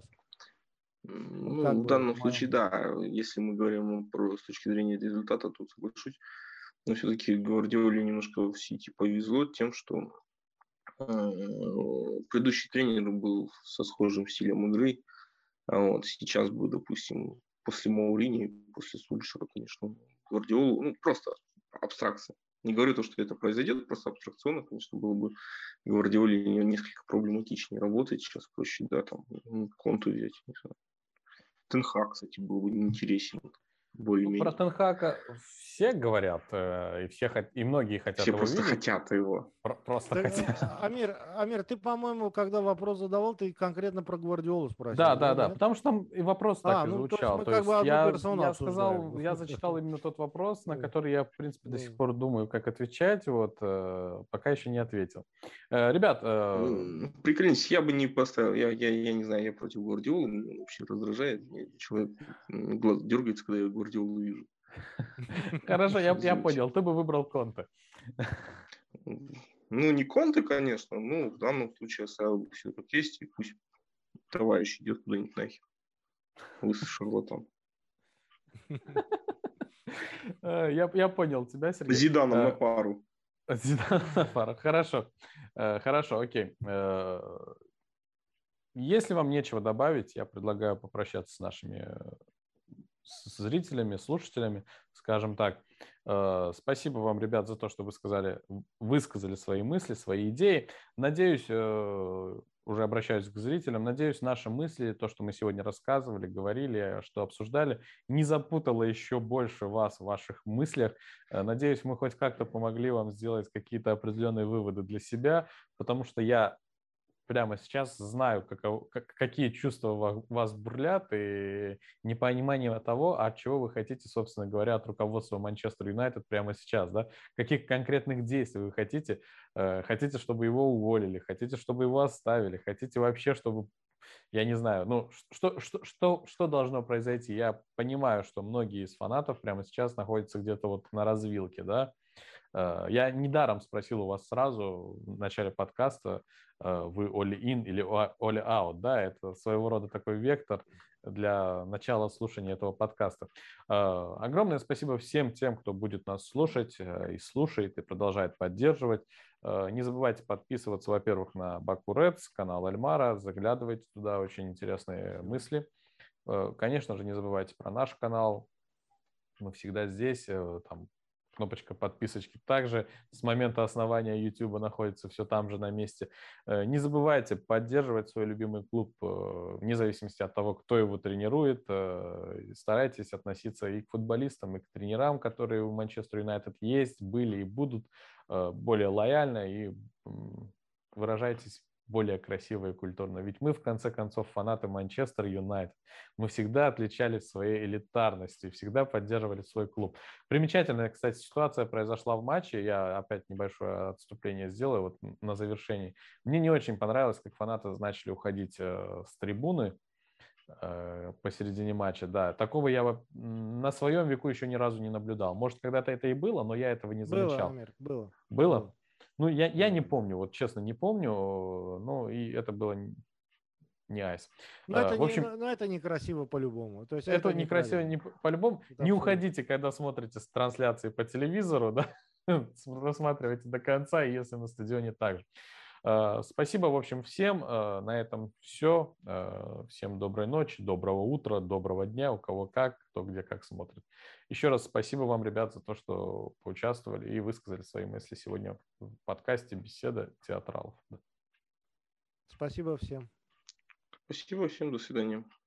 Speaker 2: Ну,
Speaker 3: как
Speaker 2: в
Speaker 3: бы
Speaker 2: данном
Speaker 3: мое
Speaker 2: случае,
Speaker 3: мнение.
Speaker 2: да, если мы говорим с точки зрения результата, то соглашусь. Но все-таки Гвардиоле немножко в Сити повезло тем, что предыдущий тренер был со схожим стилем игры. А вот сейчас бы, допустим, после Маурини, после Сульшера, конечно, Гвардиолу, ну, просто абстракция. Не говорю то, что это произойдет, просто абстракционно, конечно, было бы Гвардиоле несколько проблематичнее работать. Сейчас проще, да, там, Конту взять, не знаю. Тен Хаг, кстати, был бы интересен. Более-менее.
Speaker 1: Про Тен Хага все говорят, и, и многие хотят
Speaker 2: все
Speaker 1: его
Speaker 2: просто
Speaker 1: видеть.
Speaker 2: хотят его.
Speaker 1: Просто
Speaker 3: Так,
Speaker 1: хотят.
Speaker 3: Амир, ты, по-моему, когда вопрос задавал, ты конкретно про Гвардиолу спросил.
Speaker 1: Да,
Speaker 3: Нет?
Speaker 1: потому что там и вопрос так и
Speaker 3: Ну, то есть
Speaker 1: звучал.
Speaker 3: мы
Speaker 1: То
Speaker 3: как
Speaker 1: есть
Speaker 3: бы одну персону
Speaker 1: я
Speaker 3: обсуждаем.
Speaker 1: сказал, я зачитал именно тот вопрос, на который я, в принципе, до сих пор думаю, как отвечать. Вот, пока еще не ответил. Ребят...
Speaker 2: Прикольнись, я бы не поставил, я не знаю, я против Гвардиолы, меня вообще раздражает. Человек глаз дергается, когда я Гвардиолу вижу.
Speaker 1: Хорошо, я понял, ты бы выбрал Конте.
Speaker 2: Ну, не Конте, конечно, но в данном случае оставил бы все как есть, и пусть товарищ идет куда-нибудь нахер. Лысый шарлатан.
Speaker 1: Я понял тебя, Сергей.
Speaker 2: Зиданом на пару.
Speaker 1: Зиданом на пару, хорошо. Хорошо, окей. Если вам нечего добавить, я предлагаю попрощаться с нашими зрителями, слушателями, скажем так. Спасибо вам, ребят, за то, что вы высказали свои мысли, свои идеи. Надеюсь, уже обращаюсь к зрителям, надеюсь, наши мысли, то, что мы сегодня рассказывали, говорили, что обсуждали, не запутало еще больше вас в ваших мыслях. Надеюсь, мы хоть как-то помогли вам сделать какие-то определенные выводы для себя, потому что я прямо сейчас знаю, какие чувства вас бурлят, и непонимание того, от чего вы хотите, собственно говоря, от руководства Манчестер Юнайтед прямо сейчас, да, каких конкретных действий вы хотите. Хотите, чтобы его уволили, хотите, чтобы его оставили, хотите вообще, чтобы, я не знаю, ну, что должно произойти? Я понимаю, что многие из фанатов прямо сейчас находятся где-то вот на развилке, да. Я недаром спросил у вас сразу в начале подкаста, вы all-in или all-out, да, это своего рода такой вектор для начала слушания этого подкаста. Огромное спасибо всем тем, кто будет нас слушать и слушает, и продолжает поддерживать. Не забывайте подписываться, во-первых, на Baku Reds, канал Альмара, заглядывайте туда, очень интересные мысли. Конечно же, не забывайте про наш канал, мы всегда здесь, там кнопочка подписочки также с момента основания YouTube находится все там же на месте. Не забывайте поддерживать свой любимый клуб вне зависимости от того, кто его тренирует. Старайтесь относиться и к футболистам, и к тренерам, которые у Манчестер Юнайтед есть, были и будут, более лояльно, и выражайтесь более красиво и культурно. Ведь мы, в конце концов, фанаты Манчестер Юнайтед. Мы всегда отличались своей элитарностью, всегда поддерживали свой клуб. Примечательная, кстати, ситуация произошла в матче. Я опять небольшое отступление сделаю вот на завершении. Мне не очень понравилось, как фанаты начали уходить с трибуны посередине матча. Да, такого я на своем веку еще ни разу не наблюдал. Может, когда-то это и было, но я этого не замечал.
Speaker 3: Было, Амир,
Speaker 1: было? Ну, я не помню, вот честно не помню, ну, и это было не айс.
Speaker 3: Но это некрасиво по-любому. То есть
Speaker 1: это некрасиво по-любому. Не уходите, когда смотрите трансляции по телевизору, да, рассматривайте до конца, и если на стадионе так же. Спасибо, в общем, всем. На этом все. Всем доброй ночи, доброго утра, доброго дня, у кого как, кто где как смотрит. Еще раз спасибо вам, ребят, за то, что поучаствовали и высказали свои мысли сегодня в подкасте «Беседа театралов».
Speaker 3: Спасибо всем.
Speaker 2: Спасибо всем, до свидания.